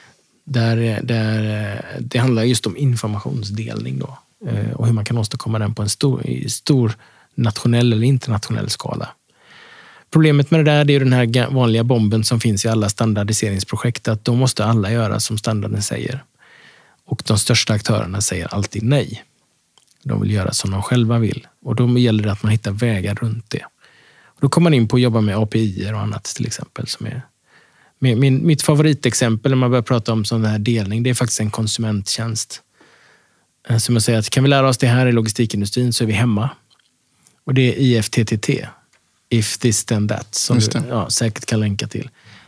Där, där det handlar just om informationsdelning då. Och hur man kan åstadkomma den på en stor, stor nationell eller internationell skala. Problemet med det där är ju den här vanliga bomben som finns i alla standardiseringsprojekt, att då måste alla göra som standarden säger. Och de största aktörerna säger alltid nej. De vill göra som de själva vill. Och då gäller det att man hittar vägar runt det. Och då kommer man in på att jobba med A P I-er och annat till exempel. Som är, min, mitt favoritexempel när man börjar prata om sån här delning, det är faktiskt en konsumenttjänst. Som jag säger att kan vi lära oss det här i logistikindustrin så är vi hemma. Och det är I F T T T. If this then that, som du ja, säkert kan länka till.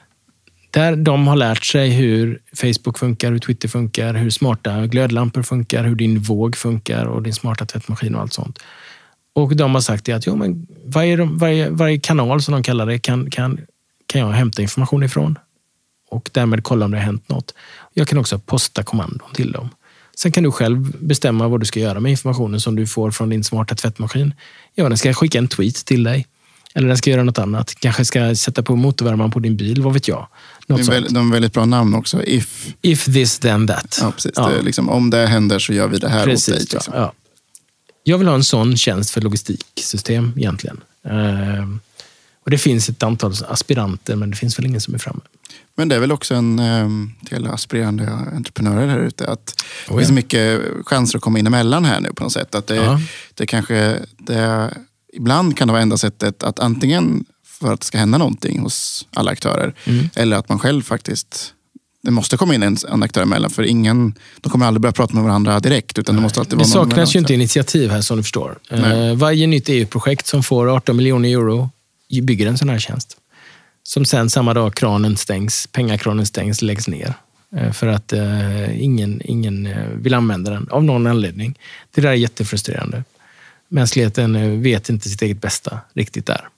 Där de har lärt sig hur Facebook funkar, hur Twitter funkar, hur smarta glödlampor funkar, hur din våg funkar och din smarta tvättmaskin och allt sånt. Och de har sagt det att jo, men varje, varje, varje kanal som de kallar det kan, kan, kan jag hämta information ifrån och därmed kolla om det har hänt något. Jag kan också posta kommandon till dem. Sen kan du själv bestämma vad du ska göra med informationen som du får från din smarta tvättmaskin. Ja, den ska skicka en tweet till dig. Eller den ska göra något annat. Kanske ska sätta på motorvärmaren på din bil, vad vet jag. Något det är väldigt, de är väldigt bra namn också. If, If this then that. Ja, precis. Ja. Det är liksom, om det händer så gör vi det här precis, åt dig. Liksom. Ja. Jag vill ha en sån tjänst för logistiksystem egentligen. Uh, och det finns ett antal aspiranter, men det finns väl ingen som är framme. Men det är väl också en um, till aspirerande entreprenörer här ute att oh, ja. det finns mycket chanser att komma in emellan här nu på något sätt. Att det, ja. det kanske... Det, ibland kan det vara enda sättet att antingen för att det ska hända någonting hos alla aktörer mm. eller att man själv faktiskt, det måste komma in en, en aktör emellan för ingen, de kommer aldrig börja prata med varandra direkt utan det måste alltid vara det någon saknas ju inte initiativ här som du förstår. Uh, varje nytt E U-projekt som får arton miljoner euro bygger en sån här tjänst. Som sen samma dag kranen stängs, pengakranen stängs, läggs ner. Uh, för att uh, ingen, ingen uh, vill använda den av någon anledning. Det där är jättefrustrerande. Mänskligheten vet inte sitt eget bästa riktigt där.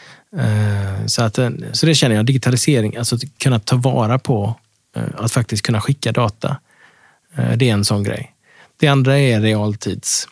Så, att, så det känner jag, digitalisering, alltså att kunna ta vara på, att faktiskt kunna skicka data. Det är en sån grej. Det andra är realtids.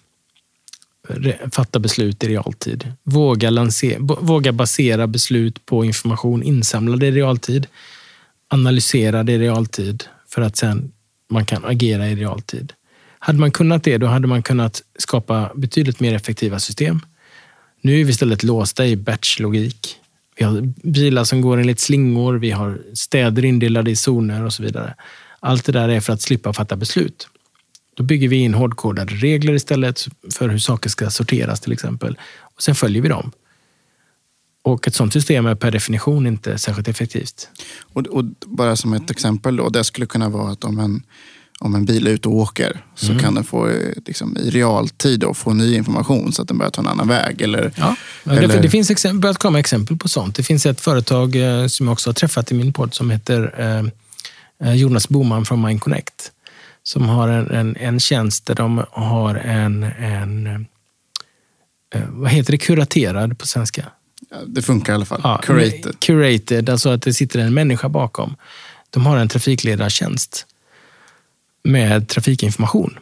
Fatta beslut i realtid. Våga, lansera, våga basera beslut på information insamlad i realtid. Analysera det i realtid för att sen man kan agera i realtid. Hade man kunnat det, då hade man kunnat skapa betydligt mer effektiva system. Nu är vi istället låsta i batchlogik. Vi har bilar som går enligt slingor, vi har städer indelade i zoner och så vidare. Allt det där är för att slippa fatta beslut. Då bygger vi in hårdkodade regler istället för hur saker ska sorteras till exempel. Och sen följer vi dem. Och ett sånt system är per definition inte särskilt effektivt. Och, och bara som ett exempel då, det skulle kunna vara att om en Om en bil är ute och åker så mm. kan den få liksom, i realtid och få ny information så att den börjar ta en annan väg. Eller, ja, eller... Det, det finns exempel, börjat komma exempel på sånt. Det finns ett företag eh, som jag också har träffat i min podd som heter eh, Jonas Boman från MindConnect. Som har en, en, en tjänst där de har en, en eh, vad heter det, kuraterad på svenska? Ja, det funkar i alla fall. Ja, curated. Curated, alltså att det sitter en människa bakom. De har en trafikledartjänst med trafikinformation.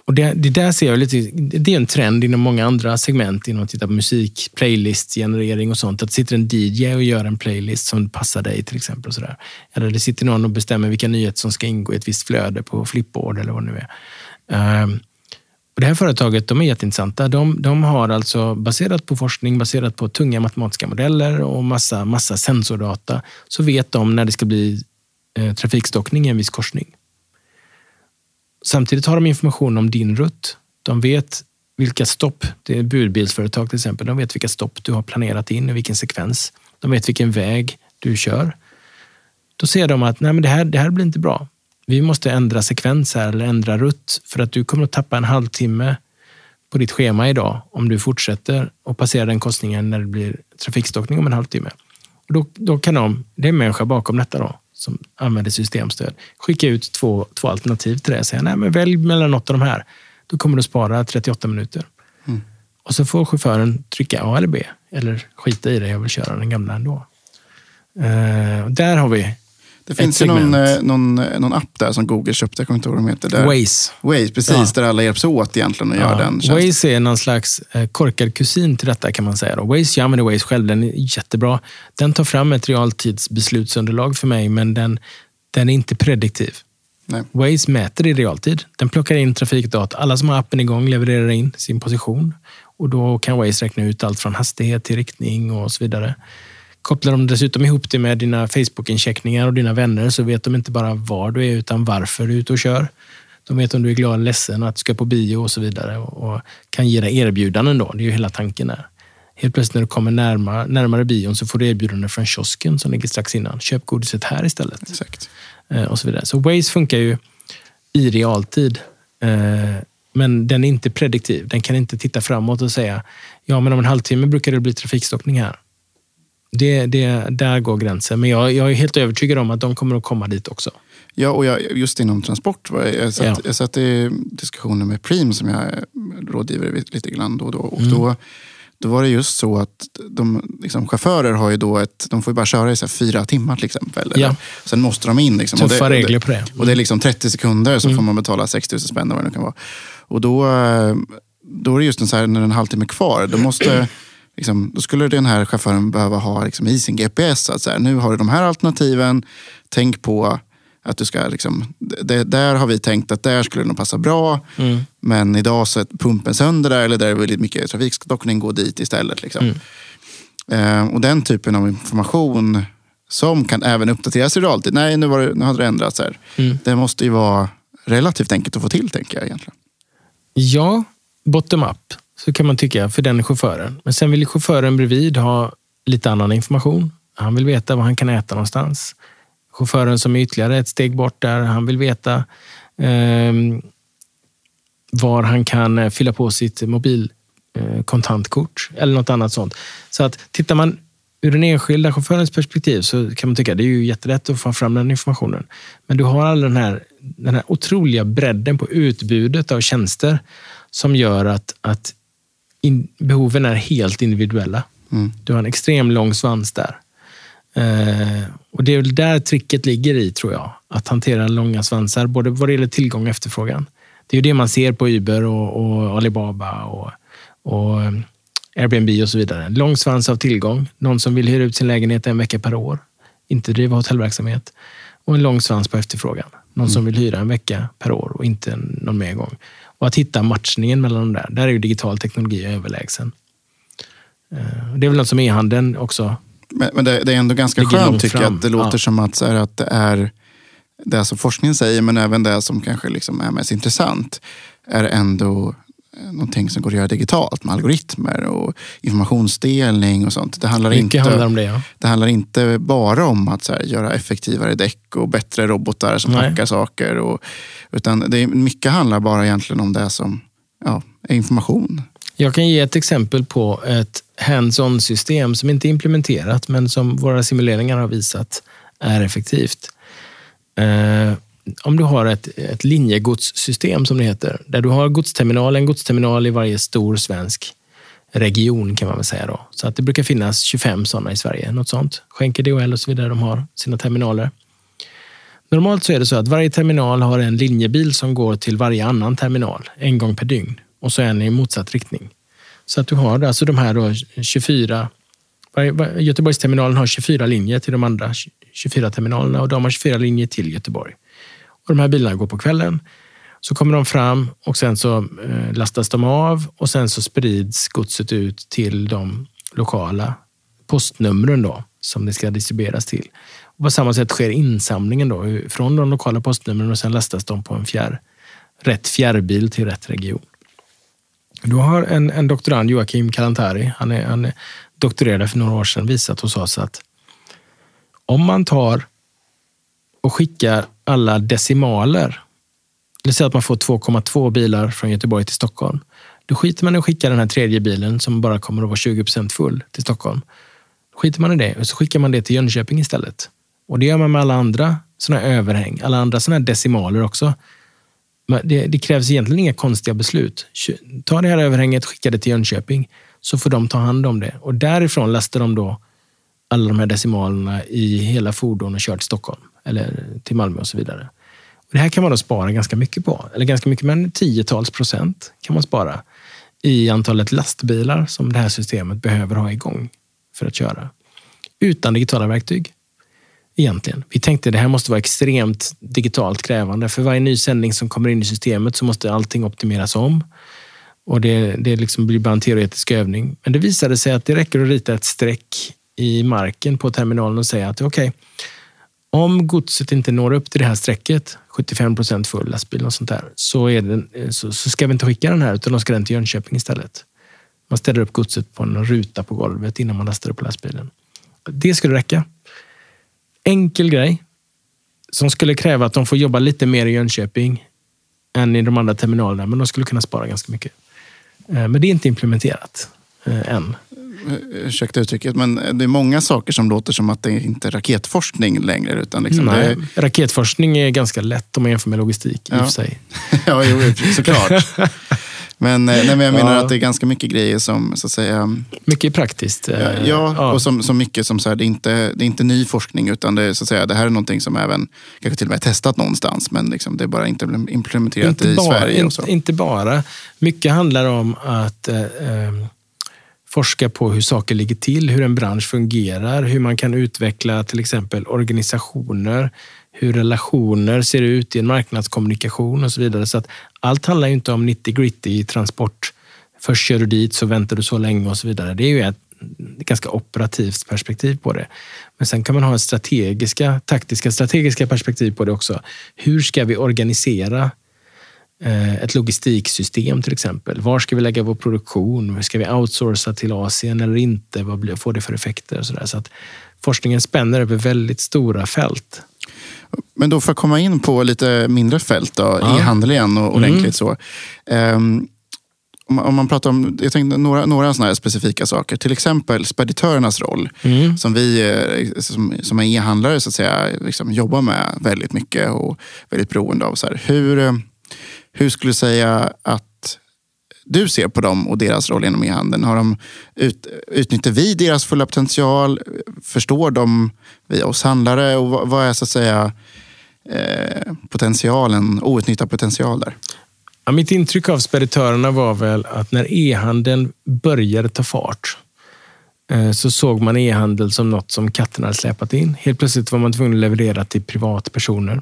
Och det, det där ser jag lite, det är en trend inom många andra segment, inom att titta på musik, playlist-generering och sånt. Att det sitter en D J och gör en playlist som passar dig till exempel. Och sådär. Eller det sitter någon och bestämmer vilka nyheter som ska ingå i ett visst flöde på Flipboard eller vad det nu är. Um, och det här företaget, de är jätteintressanta. De, de har alltså baserat på forskning, baserat på tunga matematiska modeller och massa, massa sensordata, så vet de när det ska bli eh, trafikstockning i en viss korsning. Samtidigt har de information om din rutt. De vet vilka stopp, det är budbilsföretag till exempel, de vet vilka stopp du har planerat in i vilken sekvens. De vet vilken väg du kör. Då ser de att nej, men det, här, det här blir inte bra. Vi måste ändra sekvens här eller ändra rutt för att du kommer att tappa en halvtimme på ditt schema idag om du fortsätter och passerar den korsningen när det blir trafikstockning om en halvtimme. Och då, då kan de, det är en människa bakom detta då, som använder systemstöd, skicka ut två, två alternativ till det och säga, nej men välj mellan något av de här. Då kommer du spara trettioåtta minuter. Mm. Och så får chauffören trycka A eller B. Eller skita i det, jag vill köra den gamla ändå. Uh, där har vi det finns ju någon, någon, någon app där som Google köpte, jag kommer inte ihåg vad de heter. Där. Waze. Waze, precis, ja. Där alla hjälps åt egentligen och ja. Gör den tjänsten. Waze är någon slags korkad kusin till detta kan man säga. Då. Waze, jag använder Waze själv, den är jättebra. Den tar fram ett realtidsbeslutsunderlag för mig, men den, den är inte prediktiv. Nej. Waze mäter i realtid. Den plockar in trafikdata. Alla som har appen igång levererar in sin position. Och då kan Waze räkna ut allt från hastighet till riktning och så vidare. Kopplar de dessutom ihop det med dina Facebook-incheckningar och dina vänner, så vet de inte bara var du är utan varför du är ute och kör. De vet om du är glad eller ledsen, att du ska på bio och så vidare. Och kan ge dig erbjudanden då. Det är ju hela tanken där. Helt plötsligt när du kommer närmare, närmare bion så får du erbjudanden från kiosken som ligger strax innan. Köp godiset här istället. Exakt. Eh, och så vidare. Så Waze funkar ju i realtid. Eh, men den är inte prediktiv. Den kan inte titta framåt och säga, ja men om en halvtimme brukar det bli trafikstockning här. Det, det, där går gränsen. Men jag, jag är helt övertygad om att de kommer att komma dit också. Ja, och jag, just inom transport. Jag satt, ja. jag satt i diskussioner med Preem som jag rådgiver lite grann då och då. Och mm. då, då var det just så att de, liksom, chaufförer har ju då ett, de får ju bara köra i så här fyra timmar till exempel. Ja. Sen måste de in. Liksom. Tuffa och det, regler på det. Mm. Och det är liksom trettio sekunder så mm. får man betala sex tusen spänn vad det kan vara. Och då, då är det just en så här, när en halvtimme kvar, då måste... Liksom, då skulle den här chauffören behöva ha liksom, i sin G P S att så här, nu har du de här alternativen, tänk på att du ska liksom, det, där har vi tänkt att där skulle det nog passa bra, mm. men idag så är pumpen sönder där, eller där är väldigt mycket trafikstockning, gå dit istället liksom. Mm. eh, och den typen av information som kan även uppdateras i realtid, nej nu, var det, nu hade det ändrats här, mm. det måste ju vara relativt enkelt att få till, tänker jag egentligen. Ja, bottom up. Så kan man tycka för den chauffören. Men sen vill chauffören bredvid ha lite annan information. Han vill veta vad han kan äta någonstans. Chauffören som är ytterligare ett steg bort där, han vill veta eh, var han kan fylla på sitt mobilkontantkort eh, eller något annat sånt. Så att tittar man ur den enskilda chaufförens perspektiv så kan man tycka att det är ju jättelätt att få fram den informationen. Men du har all den här, den här otroliga bredden på utbudet av tjänster som gör att, att in, behoven är helt individuella. Mm. Du har en extrem lång svans där. Eh, och det är väl där tricket ligger i, tror jag. Att hantera långa svansar, både vad det gäller tillgång och efterfrågan. Det är ju det man ser på Uber och, och Alibaba och, och Airbnb och så vidare. Lång svans av tillgång. Någon som vill hyra ut sin lägenhet en vecka per år. Inte driva hotellverksamhet. Och en lång svans på efterfrågan. Någon mm. som vill hyra en vecka per år och inte någon mer gång. Och att hitta matchningen mellan de där. Där är ju digital teknologi överlägsen. Det är väl något som e-handeln också. Men, men det, det är ändå ganska skönt, tycker jag, att det låter ja. som att, så här, att det är det som forskningen säger, men även det som kanske liksom är mest intressant är ändå någonting som går att göra digitalt med algoritmer och informationsdelning och sånt. Det handlar, inte, handlar om det, ja. det handlar inte bara om att så här, göra effektivare däck och bättre robotar som Nej. packar saker. Och, utan det är, mycket handlar bara egentligen om det som ja, är information. Jag kan ge ett exempel på ett hands-on-system som inte är implementerat men som våra simuleringar har visat är effektivt. Eh, om du har ett, ett linjegodssystem som det heter, där du har godsterminal, en godsterminal i varje stor svensk region kan man väl säga då. Så att det brukar finnas tjugofem sådana i Sverige, något sånt. Schenker D H L och så vidare, de har sina terminaler. Normalt så är det så att varje terminal har en linjebil som går till varje annan terminal en gång per dygn. Och så är den i motsatt riktning. Så att du har alltså de här då tjugofyra... Göteborgsterminalen har tjugofyra linjer till de andra tjugofyra terminalerna. Och de har tjugofyra linjer till Göteborg. Och de här bilarna går på kvällen. Så kommer de fram och sen så lastas de av. Och sen så sprids godset ut till de lokala postnumren då, som det ska distribueras till. Och på samma sätt sker insamlingen då från de lokala postnumren och sen lastas de på en fjärr, rätt fjärrbil till rätt region. Du har en, en doktorand, Joakim Kalantari, han, är, han är doktorerade för några år sedan, visat hos oss att om man tar och skickar alla decimaler, det vill säga att man får två komma två bilar från Göteborg till Stockholm, då skiter man i att skicka den här tredje bilen som bara kommer att vara tjugo procent full till Stockholm. Då skiter man i det och så skickar man det till Jönköping istället. Och det gör man med alla andra såna här överhäng, alla andra såna här decimaler också. Men det, det krävs egentligen inga konstiga beslut. Ta det här överhänget, skicka det till Jönköping, så får de ta hand om det. Och därifrån lastar de då alla de här decimalerna i hela fordon och kör till Stockholm eller till Malmö och så vidare. Och det här kan man då spara ganska mycket på. Eller ganska mycket, men tiotals procent kan man spara i antalet lastbilar som det här systemet behöver ha igång för att köra. Utan digitala verktyg. Egentligen. Vi tänkte att det här måste vara extremt digitalt krävande. För varje ny sändning som kommer in i systemet så måste allting optimeras om. Och det, det liksom blir bara en teoretisk övning. Men det visade sig att det räcker att rita ett streck i marken på terminalen och säga att okej, okay, om godset inte når upp till det här strecket, sjuttiofem procent full lastbil och sånt där, så, är det, så, så ska vi inte skicka den här utan de ska den till Jönköping istället. Man ställer upp godset på en ruta på golvet innan man lastar upp lastbilen. Det skulle räcka. Enkel grej som skulle kräva att de får jobba lite mer i Jönköping än i de andra terminalerna, men de skulle kunna spara ganska mycket. Men det är inte implementerat än. Ursäkta uttrycket, men det är många saker som låter som att det inte är raketforskning längre. Utan liksom Nej, det är... raketforskning är ganska lätt om man jämför med logistik ja. i och för sig. Ja, jo, såklart. Men, nej, men jag menar ja. att det är ganska mycket grejer som så att säga... Mycket praktiskt. Ja, ja, ja. och som, som mycket som så här, det är inte det är inte ny forskning utan det, så att säga, det här är någonting som även kanske till och med testat någonstans men liksom, det är bara inte implementerat inte i bara, Sverige. Och så. Inte, inte bara. Mycket handlar om att eh, forska på hur saker ligger till, hur en bransch fungerar, hur man kan utveckla till exempel organisationer, hur relationer ser ut i en marknadskommunikation och så vidare. Så att allt handlar ju inte om nitty-gritty i transport. Först kör du dit så väntar du så länge och så vidare. Det är ju ett ganska operativt perspektiv på det. Men sen kan man ha strategiska, taktiska, strategiska perspektiv på det också. Hur ska vi organisera ett logistiksystem till exempel? Var ska vi lägga vår produktion? Ska vi outsourca till Asien eller inte? Vad får det för effekter? Och så där. Så att forskningen spänner över väldigt stora fält. Men då för att komma in på lite mindre fält då, ja. i handel igen och ordentligt mm. så. Um, om, man, om man pratar om, jag tänkte några, några sådana här specifika saker. Till exempel speditörernas roll. Mm. Som vi som, som är e-handlare så att säga liksom jobbar med väldigt mycket och väldigt beroende av. Så här. Hur, hur skulle du säga att du ser på dem och deras roll inom e-handeln? Har de ut, utnyttjar vi deras fulla potential? Förstår de vi oss handlare? Och vad, vad är så att säga eh, potentialen, outnyttjad potential där? Ja, mitt intryck av speditörerna var väl att när e-handeln började ta fart eh, så såg man e-handel som något som katterna hade släpat in. Helt plötsligt var man tvungen att leverera till privatpersoner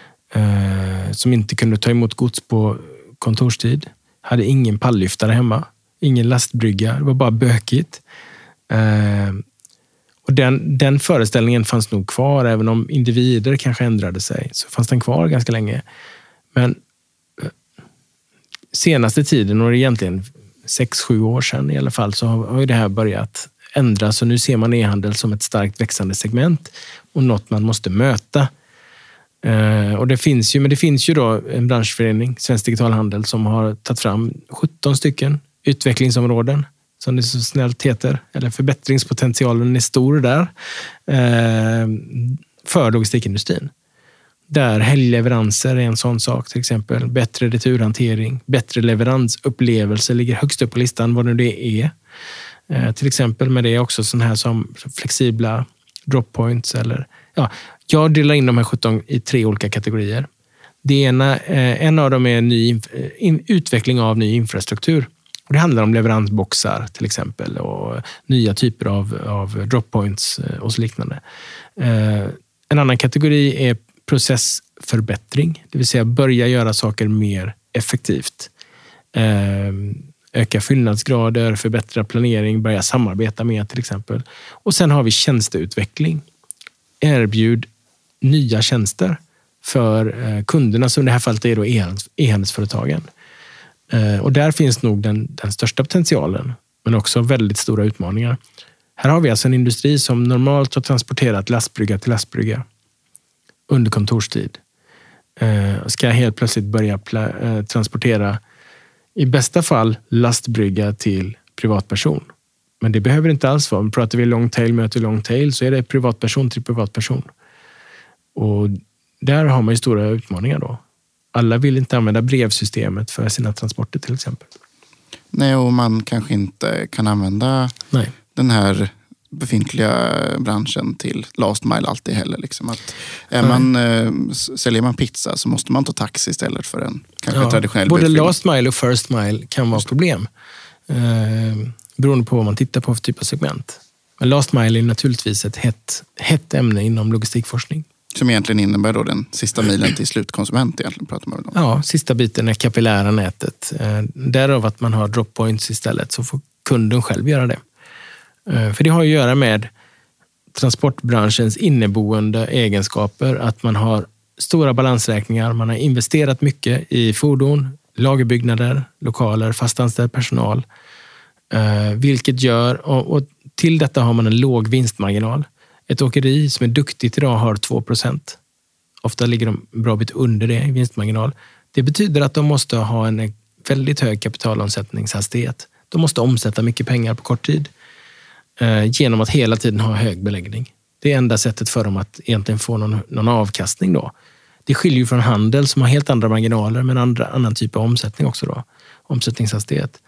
eh, som inte kunde ta emot gods på kontorstid. Hade ingen palllyftare hemma. Ingen lastbrygga. Det var bara bökigt. Eh, och den, den föreställningen fanns nog kvar. Även om individer kanske ändrade sig. Så fanns den kvar ganska länge. Men eh, senaste tiden, och egentligen sex, sju år sedan i alla fall, så har, har ju det här börjat ändras. Och nu ser man e-handel som ett starkt växande segment. Och något man måste möta. Uh, och det finns ju, men det finns ju då en branschförening, Svensk Digital Handel, som har tagit fram sjutton stycken utvecklingsområden, som det så snällt heter, eller förbättringspotentialen är stor där, uh, för logistikindustrin. Där helgleveranser är en sån sak till exempel, bättre returhantering, bättre leveransupplevelse ligger högst upp på listan, vad nu det är. Uh, till exempel med det också sån här som flexibla drop points. Eller, ja, jag delar in de här sjutton i tre olika kategorier. Det ena, eh, en av dem är ny, in, utveckling av ny infrastruktur. Och det handlar om leveransboxar till exempel och nya typer av, av drop points och så liknande. Eh, en annan kategori är processförbättring, det vill säga börja göra saker mer effektivt. Eh, öka fyllnadsgrader, förbättra planering, börja samarbeta med till exempel. Och sen har vi tjänsteutveckling. Erbjud nya tjänster för eh, kunderna, som i det här fallet är då e-handelsföretagen. Eh, och där finns nog den, den största potentialen, men också väldigt stora utmaningar. Här har vi alltså en industri som normalt har transporterat lastbrygga till lastbrygga under kontorstid. Eh, ska helt plötsligt börja pla- eh, transportera i bästa fall lastbrygga till privatperson. Men det behöver inte alls vara. Om pratar vi long tail möter long tail så är det privatperson till privatperson. Och där har man ju stora utmaningar då. Alla vill inte använda brevsystemet för sina transporter till exempel. Nej, och man kanske inte kan använda Nej. den här befintliga branschen till last mile alltid heller. Liksom. Att är man, eh, säljer man pizza så måste man ta taxi istället för en kanske ja, traditionell både budfilm. Last mile och first mile kan vara problem. Eh, beroende på vad man tittar på för typ av segment. Men last mile är naturligtvis ett hett, hett ämne inom logistikforskning. Som egentligen innebär då den sista milen till slutkonsument egentligen, pratar man väl om. Ja, sista biten är kapillära nätet. Eh, därav att man har drop points istället så får kunden själv göra det. Eh, för det har att göra med transportbranschens inneboende egenskaper. Att man har stora balansräkningar, man har investerat mycket i fordon, lagerbyggnader, lokaler, fastanställd personal. Eh, vilket gör, och, och till detta har man en låg vinstmarginal. Ett åkeri som är duktigt idag har två procent. Ofta ligger de bra bit under det i vinstmarginal. Det betyder att de måste ha en väldigt hög kapitalomsättningshastighet. De måste omsätta mycket pengar på kort tid eh, genom att hela tiden ha hög beläggning. Det är enda sättet för dem att egentligen få någon, någon avkastning då. Det skiljer ju från handel som har helt andra marginaler men andra, annan typ av omsättning också då. Omsättningshastighet.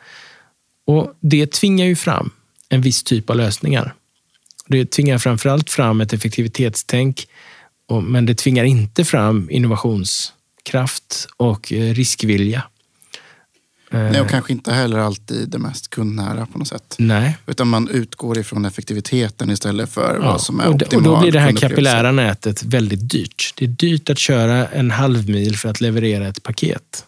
Och det tvingar ju fram en viss typ av lösningar. Det tvingar framförallt fram ett effektivitetstänk, men det tvingar inte fram innovationskraft och riskvilja. Nej, och kanske inte heller alltid det mest kundnära på något sätt. Nej. Utan man utgår ifrån effektiviteten istället för ja, vad som är och optimalt. Och då blir det här kapillära nätet väldigt dyrt. Det är dyrt att köra en halv mil för att leverera ett paket.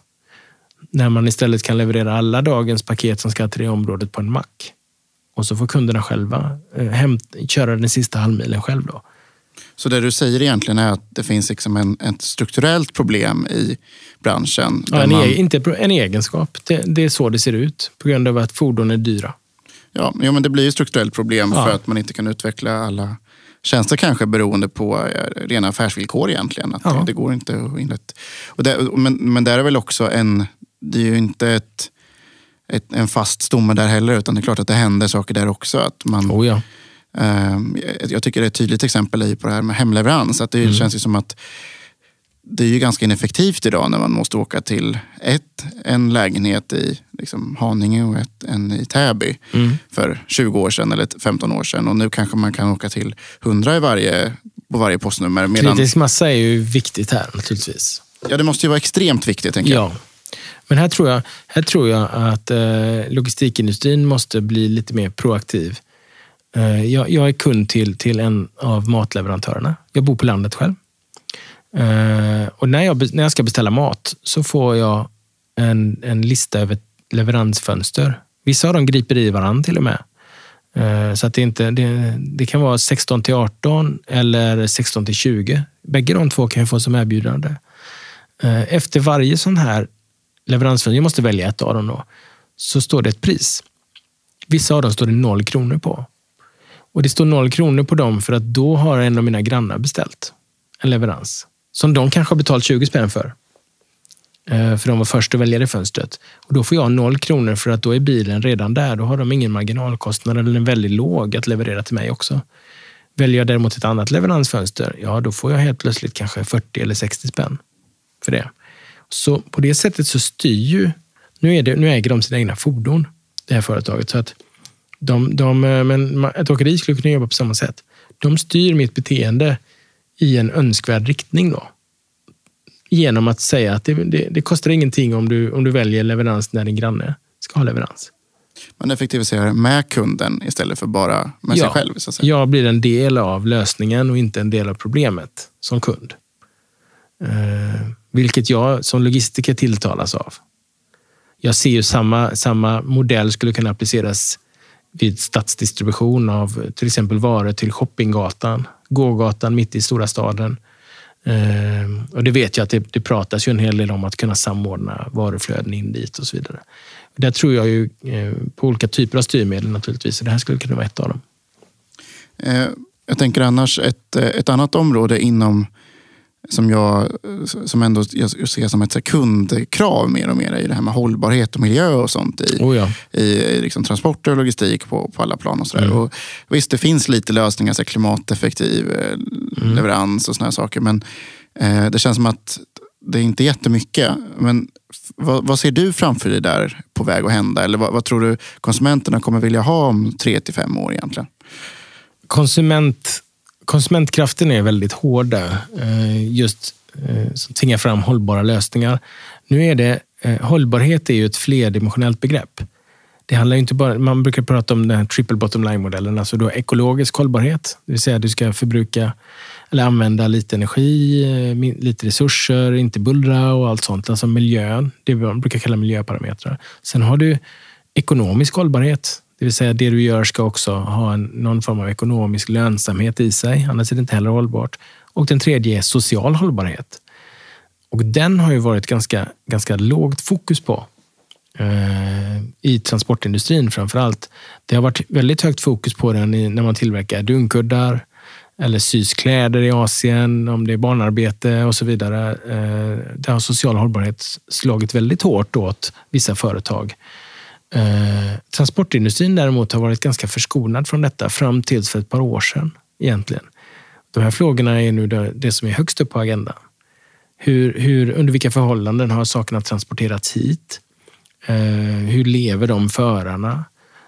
När man istället kan leverera alla dagens paket som ska till det området på en mack. Och så får kunderna själva eh, hämt, köra den sista halvmilen själv då. Så det du säger egentligen är att det finns liksom en, ett strukturellt problem i branschen? Ja, en, man... e- inte en egenskap. Det, det är så det ser ut på grund av att fordon är dyra. Ja, ja men det blir ju ett strukturellt problem ja. för att man inte kan utveckla alla tjänster kanske beroende på rena affärsvillkor egentligen. Att ja. det, det går inte att inrätta. Och det, men, men där är väl också en, det är ju inte ett Ett, en fast stomme där heller, utan det är klart att det händer saker där också. Att man, oh ja. eh, jag tycker det är ett tydligt exempel på det här med hemleverans. Att det mm. känns ju som att det är ju ganska ineffektivt idag när man måste åka till ett, en lägenhet i liksom, Haninge och ett, en i Täby mm. för tjugo år sedan eller femton år sedan. Och nu kanske man kan åka till hundra i varje, på varje postnummer. Medan... Kritisk massa är ju viktigt här naturligtvis. Ja, det måste ju vara extremt viktigt, tänker jag. Ja. Men här tror jag, här tror jag att eh, logistikindustrin måste bli lite mer proaktiv. Eh, jag, jag är kund till, till en av matleverantörerna. Jag bor på landet själv. Eh, och när jag, när jag ska beställa mat så får jag en, en lista över leveransfönster. Vissa av dem griper i varandra till och med. Eh, så att det, inte, det, det kan vara sexton till arton eller sexton till tjugo. Bägge de två kan jag få som erbjudande. Eh, efter varje sån här leveransfönster, jag måste välja ett av dem då, så står det ett pris. Vissa av dem står det noll kronor på. Och det står noll kronor på dem för att då har en av mina grannar beställt en leverans. Som de kanske har betalt tjugo spänn för. För de var först att välja det fönstret. Och då får jag noll kronor för att då är bilen redan där. Då har de ingen marginalkostnad eller en väldigt låg att leverera till mig också. Väljer jag däremot ett annat leveransfönster, ja då får jag helt plötsligt kanske fyrtio eller sextio spänn för det. Så på det sättet så styr ju, nu, är det, nu äger de sina egna fordon, det här företaget. Så att De, de, men ett åkeri skulle kunna jobba på samma sätt. De styr mitt beteende i en önskvärd riktning då. Genom att säga att det, det, det kostar ingenting om du, om du väljer leverans när din granne ska ha leverans. Man effektiviserar med kunden istället för bara med ja, sig själv. Så att säga. Jag blir en del av lösningen och inte en del av problemet som kund. Eh, vilket jag som logistiker tilltalas av. Jag ser ju samma, samma modell skulle kunna appliceras vid stadsdistribution av till exempel varor till shoppinggatan, gågatan mitt i stora staden. Eh, och det vet jag att det, det pratas ju en hel del om att kunna samordna varuflöden in dit och så vidare. Där tror jag ju eh, på olika typer av styrmedel naturligtvis. Och det här skulle kunna vara ett av dem. Eh, jag tänker annars ett, ett annat område inom som jag som ändå jag ser som ett kundkrav mer och mer i det här med hållbarhet och miljö och sånt i, oh ja. i liksom transporter och logistik på, på alla plan och sådär. Mm. Och visst, det finns lite lösningar, så klimateffektiv eh, mm. leverans och såna här saker, men eh, det känns som att det är inte jättemycket. Men vad, vad ser du framför dig där på väg att hända? Eller vad, vad tror du konsumenterna kommer vilja ha om tre till fem år egentligen? Konsument, konsumentkraften är väldigt hårda. Just som tvingar fram hållbara lösningar. Nu är det, hållbarhet är ju ett flerdimensionellt begrepp. Det handlar ju inte bara, man brukar prata om den här triple bottom line-modellen, alltså då ekologisk hållbarhet. Det vill säga att du ska förbruka eller använda lite energi, lite resurser, inte bullra och allt sånt. Alltså miljön, det man brukar kalla miljöparametrar. Sen har du ekonomisk hållbarhet. Det vill säga det du gör ska också ha en, någon form av ekonomisk lönsamhet i sig. Annars är det inte heller hållbart. Och den tredje är social hållbarhet. Och den har ju varit ganska, ganska lågt fokus på. Eh, I transportindustrin framför allt. Det har varit väldigt högt fokus på den i, när man tillverkar dunkuddar eller sys kläder i Asien, om det är barnarbete och så vidare. Eh, det har social hållbarhet slagit väldigt hårt åt vissa företag. Eh, transportindustrin däremot har varit ganska förskonad från detta fram tills för ett par år sedan egentligen. De här frågorna är nu det, det som är högst upp på agendan. Hur, hur, under vilka förhållanden har sakerna transporterats hit? Eh, hur lever de förarna?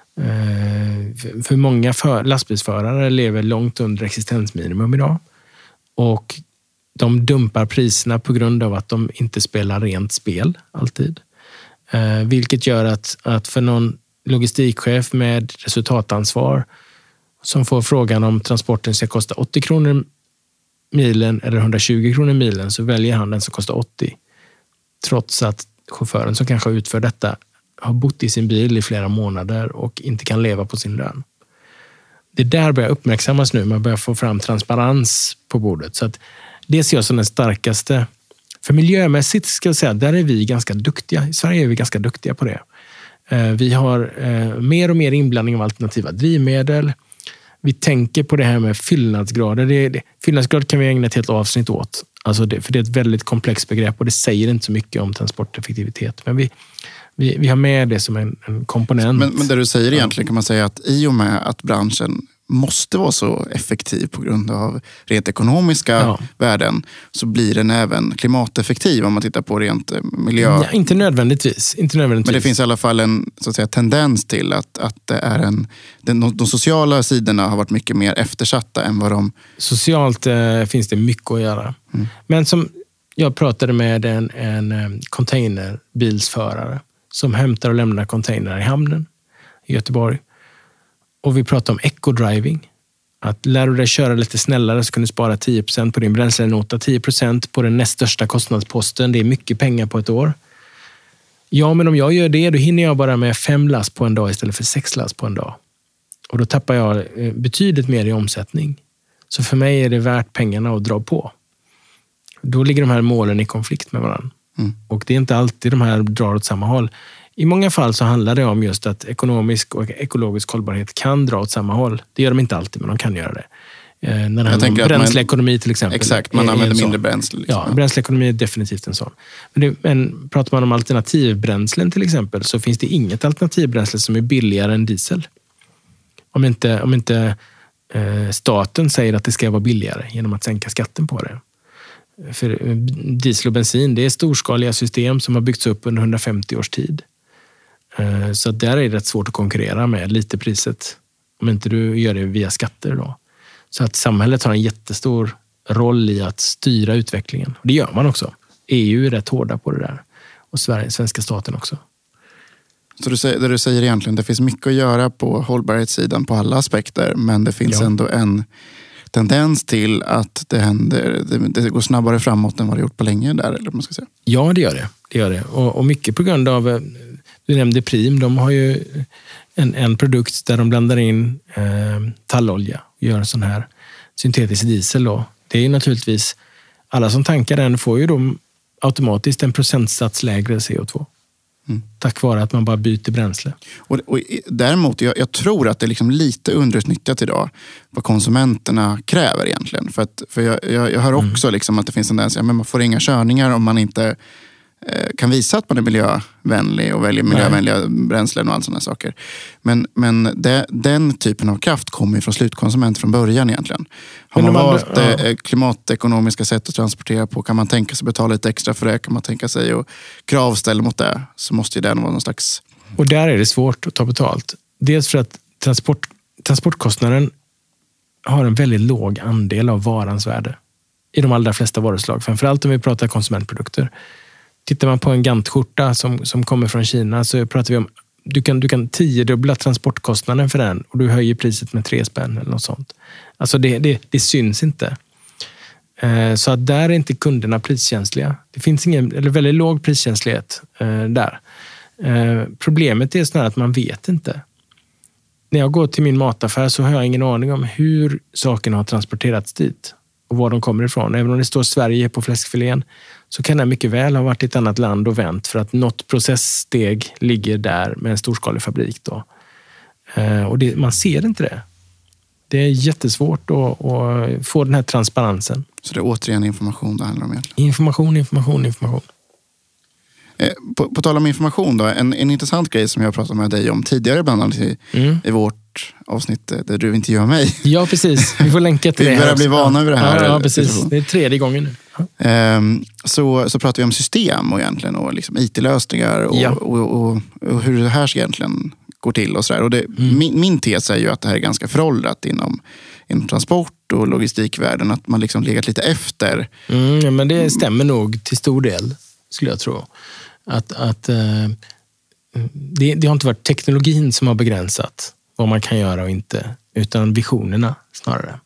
Eh, för, för många för, lastbilsförare lever långt under existensminimum idag. Och de dumpar priserna på grund av att de inte spelar rent spel alltid. Eh, vilket gör att, att för någon logistikchef med resultatansvar som får frågan om transporten ska kosta åttio kronor milen eller hundratjugo kronor milen, så väljer han den som kostar åttio. Trots att chauffören som kanske utför detta har bott i sin bil i flera månader och inte kan leva på sin lön. Det där börjar uppmärksammas nu. Man börjar få fram transparens på bordet. Så att det ser jag som den starkaste. För miljömässigt ska jag säga, där är vi ganska duktiga. I Sverige är vi ganska duktiga på det. Vi har mer och mer inblandning av alternativa drivmedel. Vi tänker på det här med fyllnadsgrader. Det, det, fyllnadsgrad kan vi ägna ett helt avsnitt åt. Alltså det, för det är ett väldigt komplext begrepp och det säger inte så mycket om transporteffektivitet. Men vi, vi, vi har med det som en, en komponent. Men, men det du säger egentligen kan man säga att i och med att branschen måste vara så effektiv på grund av rent ekonomiska ja. värden, så blir den även klimateffektiv om man tittar på rent miljö. Ja, inte nödvändigtvis. Inte nödvändigtvis. Men det finns i alla fall en så att säga, tendens till att, att det är en, den, de sociala sidorna har varit mycket mer eftersatta än vad de... Socialt eh, finns det mycket att göra. Mm. Men som jag pratade med en, en containerbilsförare som hämtar och lämnar containrar i hamnen i Göteborg. Och vi pratar om eco-driving. Att lär du dig köra lite snällare så kan du spara tio procent på din bränslenota. tio procent på den näst största kostnadsposten. Det är mycket pengar på ett år. Ja, men om jag gör det, då hinner jag bara med fem lass på en dag istället för sex lass på en dag. Och då tappar jag betydligt mer i omsättning. Så för mig är det värt pengarna att dra på. Då ligger de här målen i konflikt med varandra. Mm. Och det är inte alltid de här drar åt samma håll. I många fall så handlar det om just att ekonomisk och ekologisk hållbarhet kan dra åt samma håll. Det gör de inte alltid, men de kan göra det. Eh, när det handlar om bränsleekonomi till exempel. Exakt, man är, använder är mindre bränsle. Liksom. Ja, bränsleekonomi är definitivt en sån. Men, det, men pratar man om alternativbränslen till exempel, så finns det inget alternativbränsle som är billigare än diesel. Om inte, om inte eh, staten säger att det ska vara billigare genom att sänka skatten på det. För diesel och bensin, det är storskaliga system som har byggts upp under hundrafemtio års tid. Så där är det rätt svårt att konkurrera med lite priset. Om inte du gör det via skatter då. Så att samhället har en jättestor roll i att styra utvecklingen. Och det gör man också. E U är rätt hårda på det där. Och Sverige, svenska staten också. Så du säger, det du säger egentligen, det finns mycket att göra på hållbarhetssidan på alla aspekter. Men det finns ja. ändå en tendens till att det, händer, det, det går snabbare framåt än vad det gjort på länge där, eller vad man ska säga. Ja, det gör det. det, gör det. Och, och mycket på grund av, du nämnde Prim, de har ju en, en produkt där de blandar in eh, tallolja och gör en sån här syntetisk diesel då. Det är ju naturligtvis, alla som tankar den får ju då automatiskt en procentsats lägre C O två. Mm. Tack vare att man bara byter bränsle. Och, och däremot, jag, jag tror att det är liksom lite underutnyttjat idag vad konsumenterna kräver egentligen. För, att, för jag, jag, jag hör också mm. liksom att det finns en tendens att man får inga körningar om man inte eh, kan visa att man är miljövänlig och väljer miljövänliga Nej. bränslen och allt sådana saker. Men, men det, den typen av kraft kommer ju från slutkonsument från början egentligen. Har man, man valt ja. klimatekonomiska sätt att transportera på, kan man tänka sig betala lite extra för det, kan man tänka sig och kravställa mot det, så måste ju den vara någon slags... Och där är det svårt att ta betalt. Dels för att transport, transportkostnaden har en väldigt låg andel av varans värde i de allra flesta varuslag. Framförallt om vi pratar konsumentprodukter. Tittar man på en Gant-skjorta som, som kommer från Kina, så pratar vi om du kan, du kan tiodubbla transportkostnaden för den och du höjer priset med tre spänn eller något sånt. Alltså det, det, det syns inte. Eh, så att där är inte kunderna priskänsliga. Det finns ingen, eller väldigt låg priskänslighet eh, där. Eh, problemet är snarare att man vet inte. När jag går till min mataffär så har jag ingen aning om hur sakerna har transporterats dit och var de kommer ifrån. Även om det står Sverige på fläskfilén, så kan det mycket väl ha varit i ett annat land och vänt för att något processsteg ligger där med en storskalig fabrik då. Eh, och det, man ser inte det. Det är jättesvårt att, att få den här transparensen. Så det är återigen information det handlar om egentligen? Information, information, information. Eh, på, på tal om information då, en, en intressant grej som jag pratade med dig om tidigare bland annat i, mm. i vårt avsnitt där du intervjuar mig. Ja, precis. Vi får länka till det. Vi börjar bli vana vid det här. Ja, ja precis. Det är tredje gången nu. Ja. Så, så pratar vi om system och egentligen och liksom I T-lösningar och, ja. och, och, och hur det här egentligen går till och sådär. Och det, mm. min, min tes är ju att det här är ganska föråldrat inom, inom transport och logistikvärlden, att man liksom legat lite efter. Mm, ja, men det stämmer nog till stor del, skulle jag tro. Att, att eh, det, det har inte varit teknologin som har begränsat vad man kan göra och inte, utan visionerna snarare.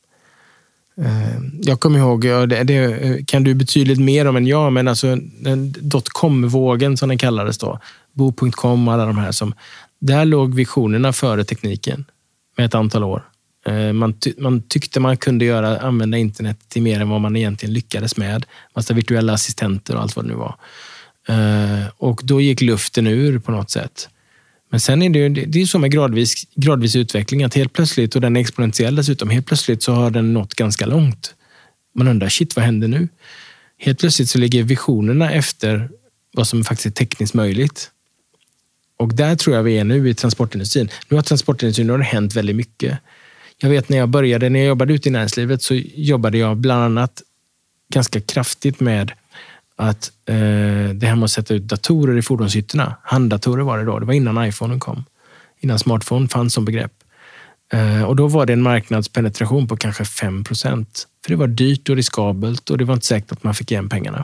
Eh, jag kommer ihåg, det, det kan du betydligt mer om än jag, men alltså dotcom-vågen som den kallades då, bo punkt com och alla de här, som, där låg visionerna före tekniken med ett antal år. Eh, man, ty, man tyckte man kunde göra, använda internet till mer än vad man egentligen lyckades med. Massa virtuella assistenter och allt vad det nu var. Uh, och då gick luften ur på något sätt. Men sen är det ju det är så med gradvis, gradvis utveckling, att helt plötsligt, och den är exponentiell dessutom, helt plötsligt så har den nått ganska långt. Man undrar, shit, vad händer nu? Helt plötsligt så ligger visionerna efter vad som faktiskt är tekniskt möjligt. Och där tror jag vi är nu i transportindustrin. Nu har transportindustrin, nu har det hänt väldigt mycket. Jag vet när jag började, när jag jobbade ute i näringslivet, så jobbade jag bland annat ganska kraftigt med att eh, det här med att sätta ut datorer i fordonshytterna. Handdatorer var det då. Det var innan iPhone kom. Innan smartphone fanns som begrepp. Eh, och då var det en marknadspenetration på kanske fem procent. För det var dyrt och riskabelt och det var inte säkert att man fick igen pengarna.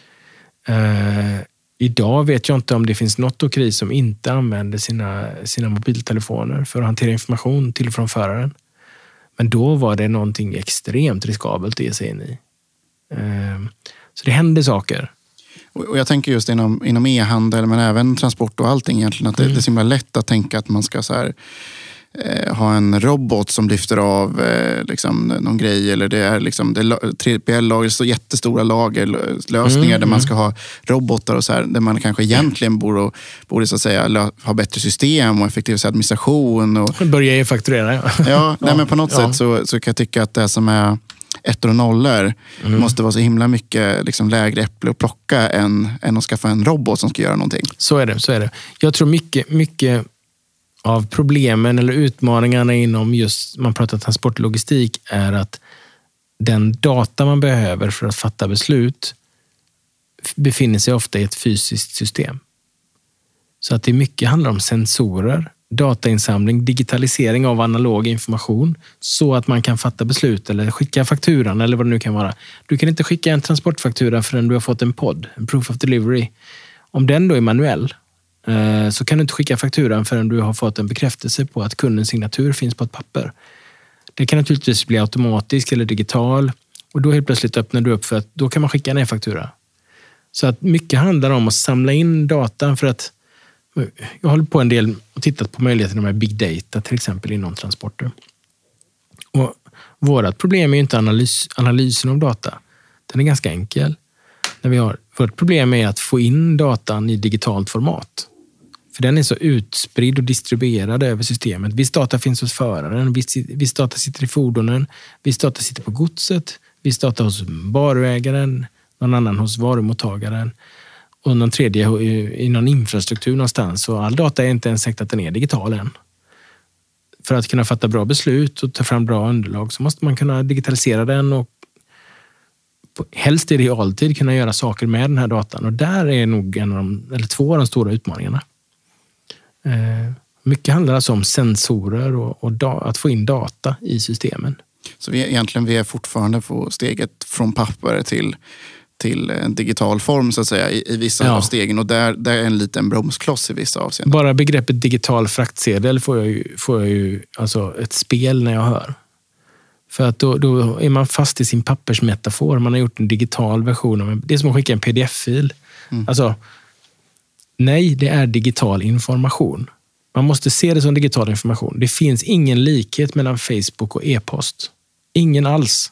Eh, idag vet jag inte om det finns något åkeri som inte använder sina, sina mobiltelefoner för att hantera information till och från föraren. Men då var det någonting extremt riskabelt att ge sig in i. Eh, Så det händer saker. Och jag tänker just inom, inom e-handel, men även transport och allting egentligen, att det, mm. det är så himla lätt att tänka att man ska så här, eh, ha en robot som lyfter av eh, liksom, någon grej, eller det är liksom det tre P L-lager, så jättestora lagerlösningar mm. där man ska ha robotar och så här, där man kanske egentligen borde, borde så att säga, ha bättre system och effektiv administration. Och börja ju fakturera. Ja, ja, ja. Nej, men på något ja. sätt så, så kan jag tycka att det som är ettor och nollor mm. måste vara så himla mycket liksom lägre äpple att plocka än, än att skaffa en robot som ska göra någonting. Så är det, så är det. Jag tror mycket, mycket av problemen eller utmaningarna inom just, man pratar transportlogistik, är att den data man behöver för att fatta beslut befinner sig ofta i ett fysiskt system. Så att det mycket handlar om sensorer, datainsamling, digitalisering av analog information så att man kan fatta beslut eller skicka fakturan eller vad det nu kan vara. Du kan inte skicka en transportfaktura förrän du har fått en P O D, en Proof of Delivery. Om den då är manuell så kan du inte skicka fakturan förrän du har fått en bekräftelse på att kundens signatur finns på ett papper. Det kan naturligtvis bli automatisk eller digital och då helt plötsligt öppnar du upp för att då kan man skicka en e-faktura. Så att mycket handlar om att samla in data för att jag håller på en del och tittat på möjligheterna med big data till exempel inom transporter. Och vårt problem är ju inte analys, analysen av data. Den är ganska enkel. När vi har, vårt problem är att få in datan i digitalt format. För den är så utspridd och distribuerad över systemet. Viss data finns hos föraren, viss, viss data sitter i fordonen, viss data sitter på godset, viss data hos varuägaren, någon annan hos varumottagaren och någon tredje i någon infrastruktur någonstans. Och all data är inte ens säkert att den är digital än. För att kunna fatta bra beslut och ta fram bra underlag så måste man kunna digitalisera den och helst i realtid kunna göra saker med den här datan. Och där är nog en av de, eller två av de stora utmaningarna. Eh, mycket handlar alltså om sensorer och, och da, att få in data i systemen. Så vi är, egentligen vi är fortfarande på steget från papper till, till en digital form så att säga i, i vissa ja. av stegen. Och där, där är en liten bromskloss i vissa avseenden. Bara begreppet digital fraktsedel får jag ju, får jag ju alltså ett spel när jag hör. För att då, då är man fast i sin pappersmetafor. Man har gjort en digital version av en, det är som att skicka en pdf-fil. Mm. Alltså, nej, det är digital information. Man måste se det som digital information. Det finns ingen likhet mellan Facebook och e-post. Ingen alls.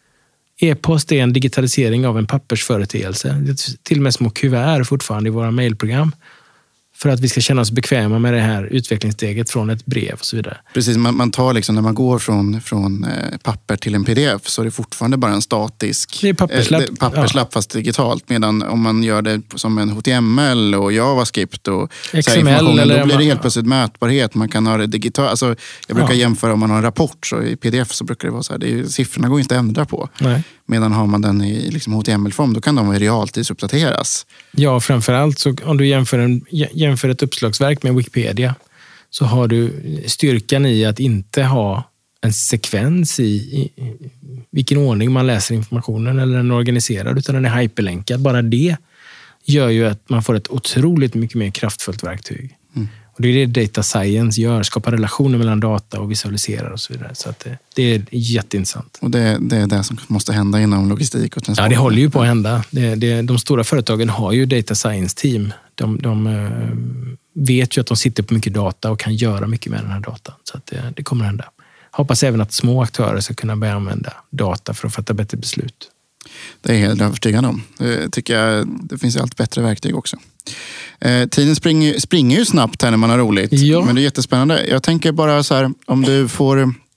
E-post är en digitalisering av en pappersföreteelse. Det är till och med små kuvert fortfarande i våra mejlprogram. För att vi ska känna oss bekväma med det här utvecklingssteget från ett brev och så vidare. Precis, man, man tar liksom när man går från, från eh, papper till en pdf så är det fortfarande bara en statisk det är papperslapp, eh, papperslapp ja. fast digitalt. Medan om man gör det som en H T M L och JavaScript och X M L eller då blir det man, helt plötsligt mätbarhet. Man kan ha det digitalt. Alltså, jag brukar ja. jämföra om man har en rapport så i pdf så brukar det vara så här. Det är, siffrorna går inte att ändra på. Nej. Medan har man den i liksom H T M L-form då kan de i realtid uppdateras. Ja, framförallt så om du jämför, en, jämför ett uppslagsverk med Wikipedia så har du styrkan i att inte ha en sekvens i, i, i vilken ordning man läser informationen eller den är organiserad utan den är hyperlänkad. Bara det gör ju att man får ett otroligt mycket mer kraftfullt verktyg. Mm. Och det är det data science gör, skapar relationer mellan data och visualiserar och så vidare. Så att det, det är jätteintressant. Och det, det är det som måste hända inom logistik och transport. Ja, det håller ju på att hända. Det, det, de stora företagen har ju data science team. De, de uh, vet ju att de sitter på mycket data och kan göra mycket med den här datan. Så att det, det kommer att hända. Hoppas även att små aktörer ska kunna börja använda data för att fatta bättre beslut. Det är jag helt övertygad om. Det tycker jag, det finns allt bättre verktyg också. Eh, tiden springer, springer ju snabbt här när man har roligt. Ja. Men det är jättespännande. Jag tänker bara så här, om du får...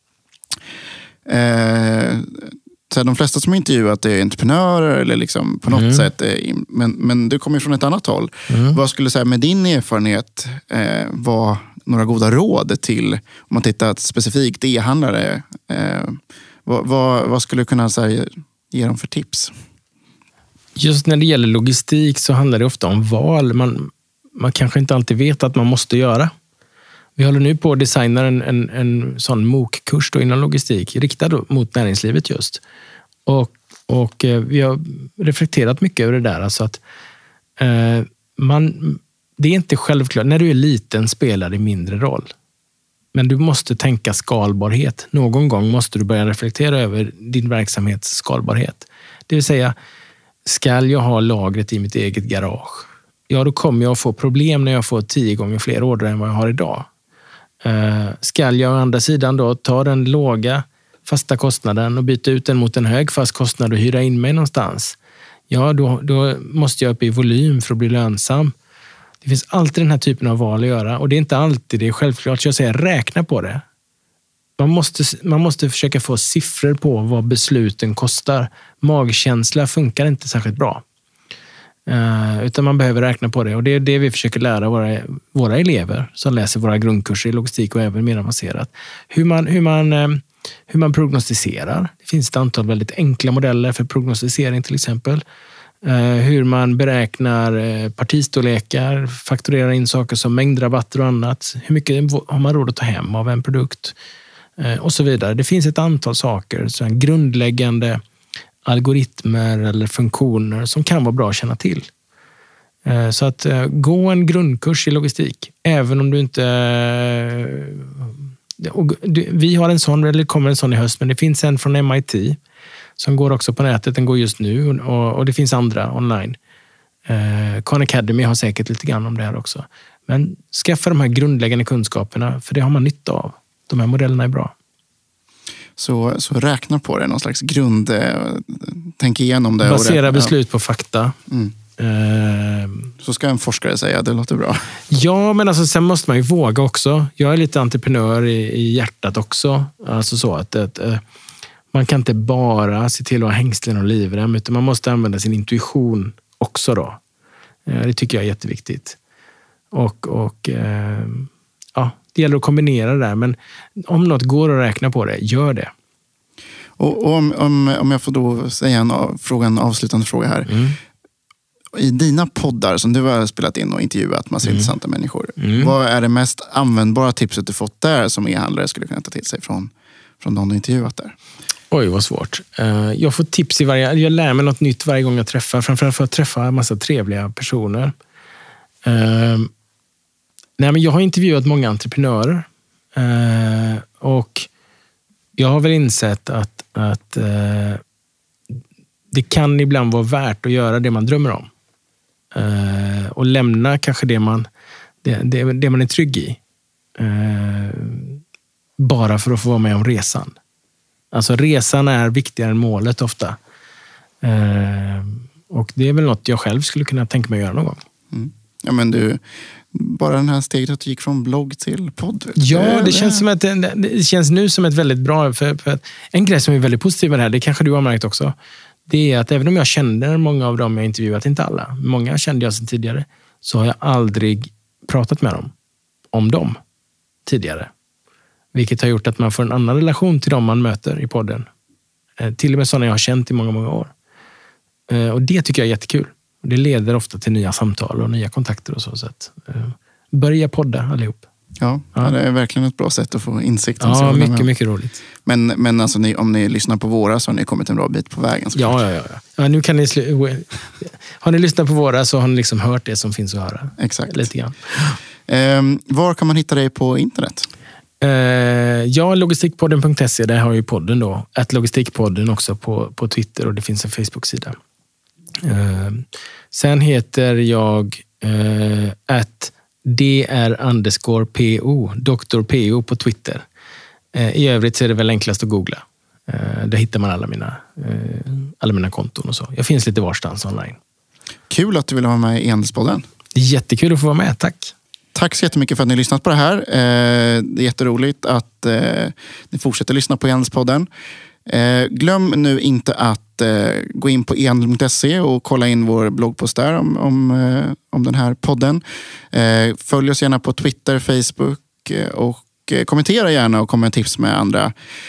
Eh, så här, de flesta som intervjuat är entreprenörer eller liksom på något mm. sätt. Eh, men, men du kommer från ett annat håll. Mm. Vad skulle du säga med din erfarenhet eh, var några goda råd till, om man tittar specifikt e-handlare, eh, vad, vad, vad skulle du kunna säga, ge dem för tips? Just när det gäller logistik så handlar det ofta om val man, man kanske inte alltid vet att man måste göra. Vi håller nu på att designa en, en, en sån M O O-kurs då inom logistik riktad mot näringslivet just. Och, och vi har reflekterat mycket över det där. Alltså att eh, man, det är inte självklart, när du är liten spelar det mindre roll. Men du måste tänka skalbarhet. Någon gång måste du börja reflektera över din verksamhets skalbarhet. Det vill säga, ska jag ha lagret i mitt eget garage? Ja, då kommer jag att få problem när jag får tio gånger fler order än vad jag har idag. Uh, ska jag å andra sidan då ta den låga fasta kostnaden och byta ut den mot en hög fast kostnad och hyra in mig någonstans? Ja, då, då måste jag upp i volym för att bli lönsam. Det finns alltid den här typen av val att göra och det är inte alltid det är självklart. Så jag säger, räkna på det. Man måste, man måste försöka få siffror på vad besluten kostar. Magkänsla funkar inte särskilt bra. Uh, utan man behöver räkna på det. Och det är det vi försöker lära våra, våra elever som läser våra grundkurser i logistik och även mer avancerat. Hur man, hur man, uh, hur man prognostiserar. Det finns ett antal väldigt enkla modeller för prognostisering till exempel. Hur man beräknar partistorlekar, fakturerar in saker som mängdrabatter och annat. Hur mycket har man råd att ta hem av en produkt? Och så vidare. Det finns ett antal saker, så grundläggande algoritmer eller funktioner som kan vara bra att känna till. Så att gå en grundkurs i logistik, även om du inte... Vi har en sån, eller kommer en sån i höst, men det finns en från M I T som går också på nätet. Den går just nu och, och det finns andra online. Eh, Khan Academy har säkert lite grann om det här också. Men skaffa de här grundläggande kunskaperna, för det har man nytta av. De här modellerna är bra. Så, så räkna på det, någon slags grund, eh, tänk igenom det. Basera och beslut på fakta. Mm. Eh, så ska en forskare säga, det låter bra. Ja, men alltså, sen måste man ju våga också. Jag är lite entreprenör i, i hjärtat också. Alltså så att... att eh, man kan inte bara se till att ha hängslen och livrem, utan man måste använda sin intuition också då. Det tycker jag är jätteviktigt. Och, och ja, det gäller att kombinera det där. Men om något går att räkna på det, gör det. Och, och om, om, om jag får då säga en, fråga, en avslutande fråga här. Mm. I dina poddar som du har spelat in och intervjuat massa mm. intressanta människor. Mm. Vad är det mest användbara tipset du fått där som e-handlare skulle kunna ta till sig från, från de du intervjuat där? Oj, vad svårt. Jag får tips i varje... Jag lär mig något nytt varje gång jag träffar. Framförallt för att träffa en massa trevliga personer. Nej, men jag har intervjuat många entreprenörer. Och jag har väl insett att, att det kan ibland vara värt att göra det man drömmer om. Och lämna kanske det man, det, det, det man är trygg i. Bara för att få vara med om resan. Alltså resan är viktigare än målet ofta. Eh, och det är väl något jag själv skulle kunna tänka mig att göra någon gång. Mm. Ja, men du, bara den här steget att du gick från blogg till podd. Ja, det, det känns som ett, det känns nu som ett väldigt bra... För, för en grej som är väldigt positiv med det här, det kanske du har märkt också, det är att även om jag känner många av dem jag intervjuat, inte alla, många kände jag sedan tidigare, så har jag aldrig pratat med dem om dem tidigare. Vilket har gjort att man får en annan relation till dem man möter i podden. Eh, till och med sådana jag har känt i många, många år. Eh, och det tycker jag är jättekul. Och det leder ofta till nya samtal och nya kontakter och så. så att, eh, börja podda allihop. Ja, ja, det är verkligen ett bra sätt att få insikt. Ja, mycket, med. mycket roligt. Men, men alltså, ni, om ni lyssnar på våra så har ni kommit en bra bit på vägen. Ja, ja, ja, ja. ja nu kan ni sl- har ni lyssnat på våra så har ni liksom hört det som finns att höra. Exakt. Lite grann. Eh, var kan man hitta dig på internet? Uh, ja, logistikpodden punkt se, där har ju podden då. Att logistikpodden också på, på Twitter och det finns en Facebook-sida. Uh, sen heter jag uh, att dr underscore po, doktor po på Twitter. Uh, I övrigt så är det väl enklast att googla. Uh, där hittar man alla mina, uh, alla mina konton och så. Jag finns lite varstans online. Kul att du ville vara med i e-handelspodden. Jättekul att få vara med, tack. Tack så jättemycket för att ni har lyssnat på det här. Det är jätteroligt att ni fortsätter lyssna på e-handelspodden. Glöm nu inte att gå in på e handel punkt se och kolla in vår bloggpost där om, om, om den här podden. Följ oss gärna på Twitter, Facebook och kommentera gärna och kom med tips med andra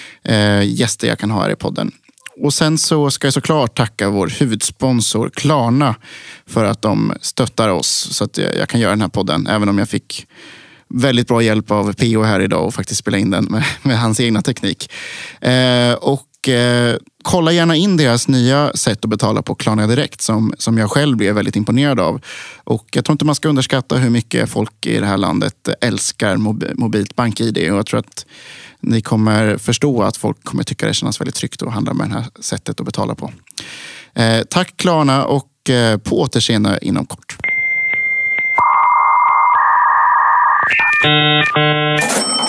gäster jag kan ha här i podden. Och sen så ska jag såklart tacka vår huvudsponsor Klarna för att de stöttar oss så att jag kan göra den här podden. Även om jag fick väldigt bra hjälp av P O här idag och faktiskt spela in den med, med hans egna teknik. Eh, och eh, kolla gärna in deras nya sätt att betala på Klarna Direkt som, som jag själv blir väldigt imponerad av. Och jag tror inte man ska underskatta hur mycket folk i det här landet älskar mob- mobilt bank-I D. Och jag tror att ni kommer förstå att folk kommer tycka det känns väldigt tryggt att handla med det här sättet att betala på. Eh, tack Klarna och eh, på återseende inom kort.